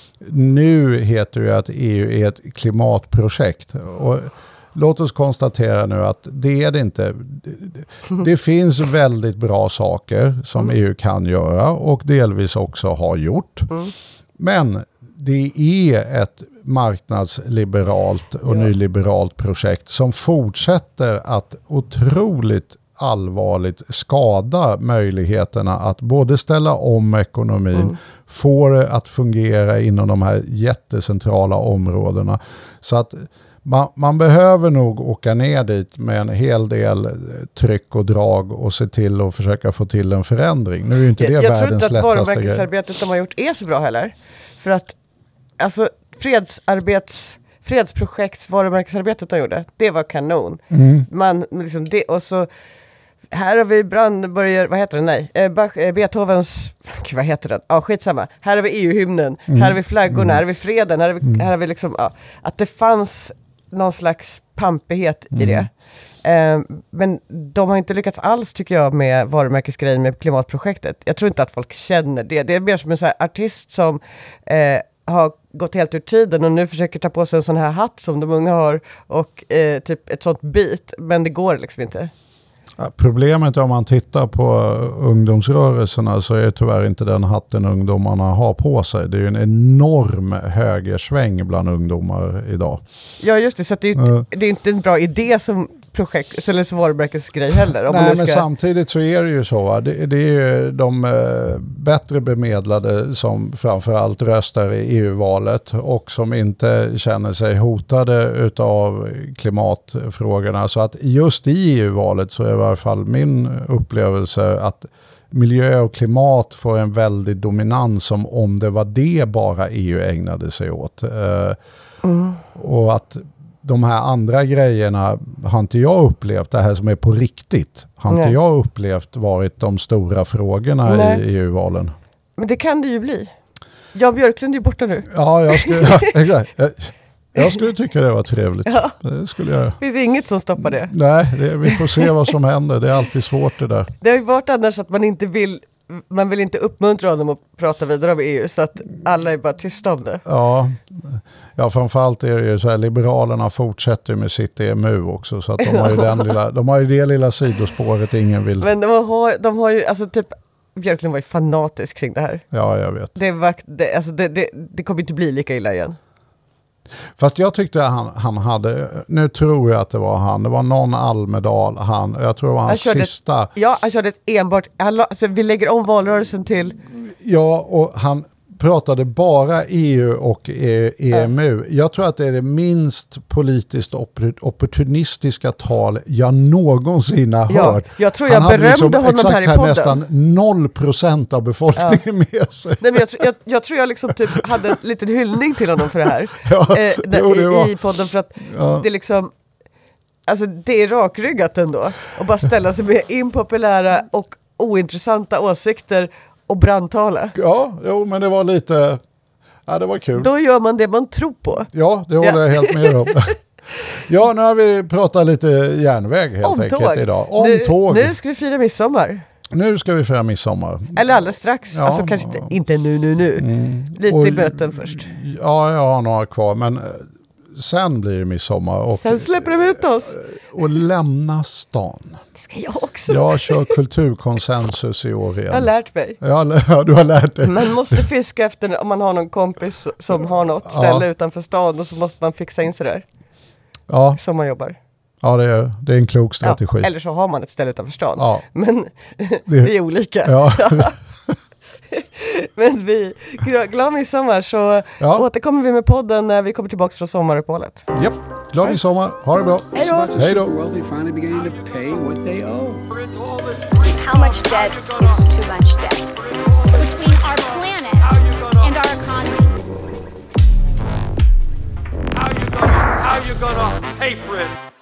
Nu heter det att EU är ett klimatprojekt. Och låt oss konstatera nu att det är det inte. Det finns väldigt bra saker som EU kan göra och delvis också har gjort. Men det är ett marknadsliberalt och nyliberalt projekt som fortsätter att otroligt allvarligt skada möjligheterna att både ställa om ekonomin, få det att fungera inom de här jättecentrala områdena. Så att man behöver nog åka ner dit med en hel del tryck och drag och se till att försöka få till en förändring. Nu är ju inte det världens lättaste grej. Jag tror inte att varumärkesarbetet de har gjort är så bra heller. För att alltså fredsprojekts varumärkesarbetet de gjorde, det var kanon. Man liksom det, och så här har vi vad heter det? Nej. Beethovens, vad heter det? Ja, skitsamma. Här har vi EU-hymnen. Här har vi flaggorna. Här har vi freden. Här har vi liksom, att det fanns någon slags pampighet i det. Men de har inte lyckats alls, tycker jag, med varumärkesgrejen med klimatprojektet. Jag tror inte att folk känner det. Det är mer som en så här artist som har gått helt ur tiden och nu försöker ta på sig en sån här hatt som de unga har och typ ett sånt beat. Men det går liksom inte. Problemet är om man tittar på ungdomsrörelserna så är tyvärr inte den hatten ungdomarna har på sig. Det är ju en enorm högersväng bland ungdomar idag. Ja, just det. Så att det är inte en bra idé som projekt eller så varumärkesgrej heller. Nej, men samtidigt så är det ju så. Det är ju de bättre bemedlade som framförallt röstar i EU-valet och som inte känner sig hotade utav klimatfrågorna. Så att just i EU-valet så är i varje fall min upplevelse att miljö och klimat får en väldigt dominans som om det var det bara EU ägnade sig åt. Och att de här andra grejerna har inte jag upplevt, det här som är på riktigt, har inte Nej. jag upplevt varit de stora frågorna Nej. i EU-valen. Men det kan det ju bli. Jan Björklund är ju borta nu. Ja, exakt. Jag skulle tycka det var trevligt. Ja. Det skulle jag. Det finns inget som stoppar det. Nej, vi får se vad som händer. Det är alltid svårt det där. Det har ju varit annars att man vill inte uppmuntra honom att prata vidare om EU, så att alla är bara tysta om det. Ja, framförallt är det ju så här, Liberalerna fortsätter med sitt EMU också, så att de har ju det lilla sidospåret ingen vill. Men de har ju, alltså typ, Björklund var ju fanatisk kring det här. Ja, jag vet. Det kommer inte bli lika illa igen. Fast jag tyckte han hade, nu tror jag att det var någon Almedal, jag tror det var hans sista. Han körde ett enbart, alltså vi lägger om valrörelsen till. Ja, och han pratade bara EU och EMU. Jag tror att det är det minst politiskt opportunistiska tal jag någonsin har hört. Jag tror jag berömde honom här i podden. Nästan 0% av befolkningen med sig. Nej, men jag tror jag liksom typ hade en liten hyllning till honom för det här. I podden, för att det liksom, alltså det är rakryggat ändå. Och bara ställa sig med impopulära och ointressanta åsikter och brandtala. Ja, men det var lite, det var kul. Då gör man det man tror på. Ja, det håller jag helt med om. Ja, nu har vi pratat lite järnväg helt enkelt idag. Tåg. Nu ska vi fira midsommar. Nu ska vi fira midsommar. Eller alldeles strax. Ja. Alltså kanske inte nu. Lite i möten först. Ja, jag har några kvar, men sen blir det midsommar. Och sen släpper de ut oss. Och lämna stan. Det ska jag också. Jag kör kulturkonsensus i år igen. Jag har lärt mig. Ja, du har lärt dig. Man måste fiska efter om man har någon kompis som har något ställe utanför stan, och så måste man fixa in sig där. Ja. Som man jobbar. Ja, det är en klok strategi. Ja, eller så har man ett ställe utanför stan. Ja. Men vi är olika. Ja. Men glad midsommar, så återkommer vi med podden när vi kommer tillbaka från sommaruppehållet. Japp, glad midsommar. Ha det bra. Hej då. Hej då. Wealthy finally beginning to pay what they owe. How much debt is too much debt? Between our planet and our economy. How you gonna pay for it?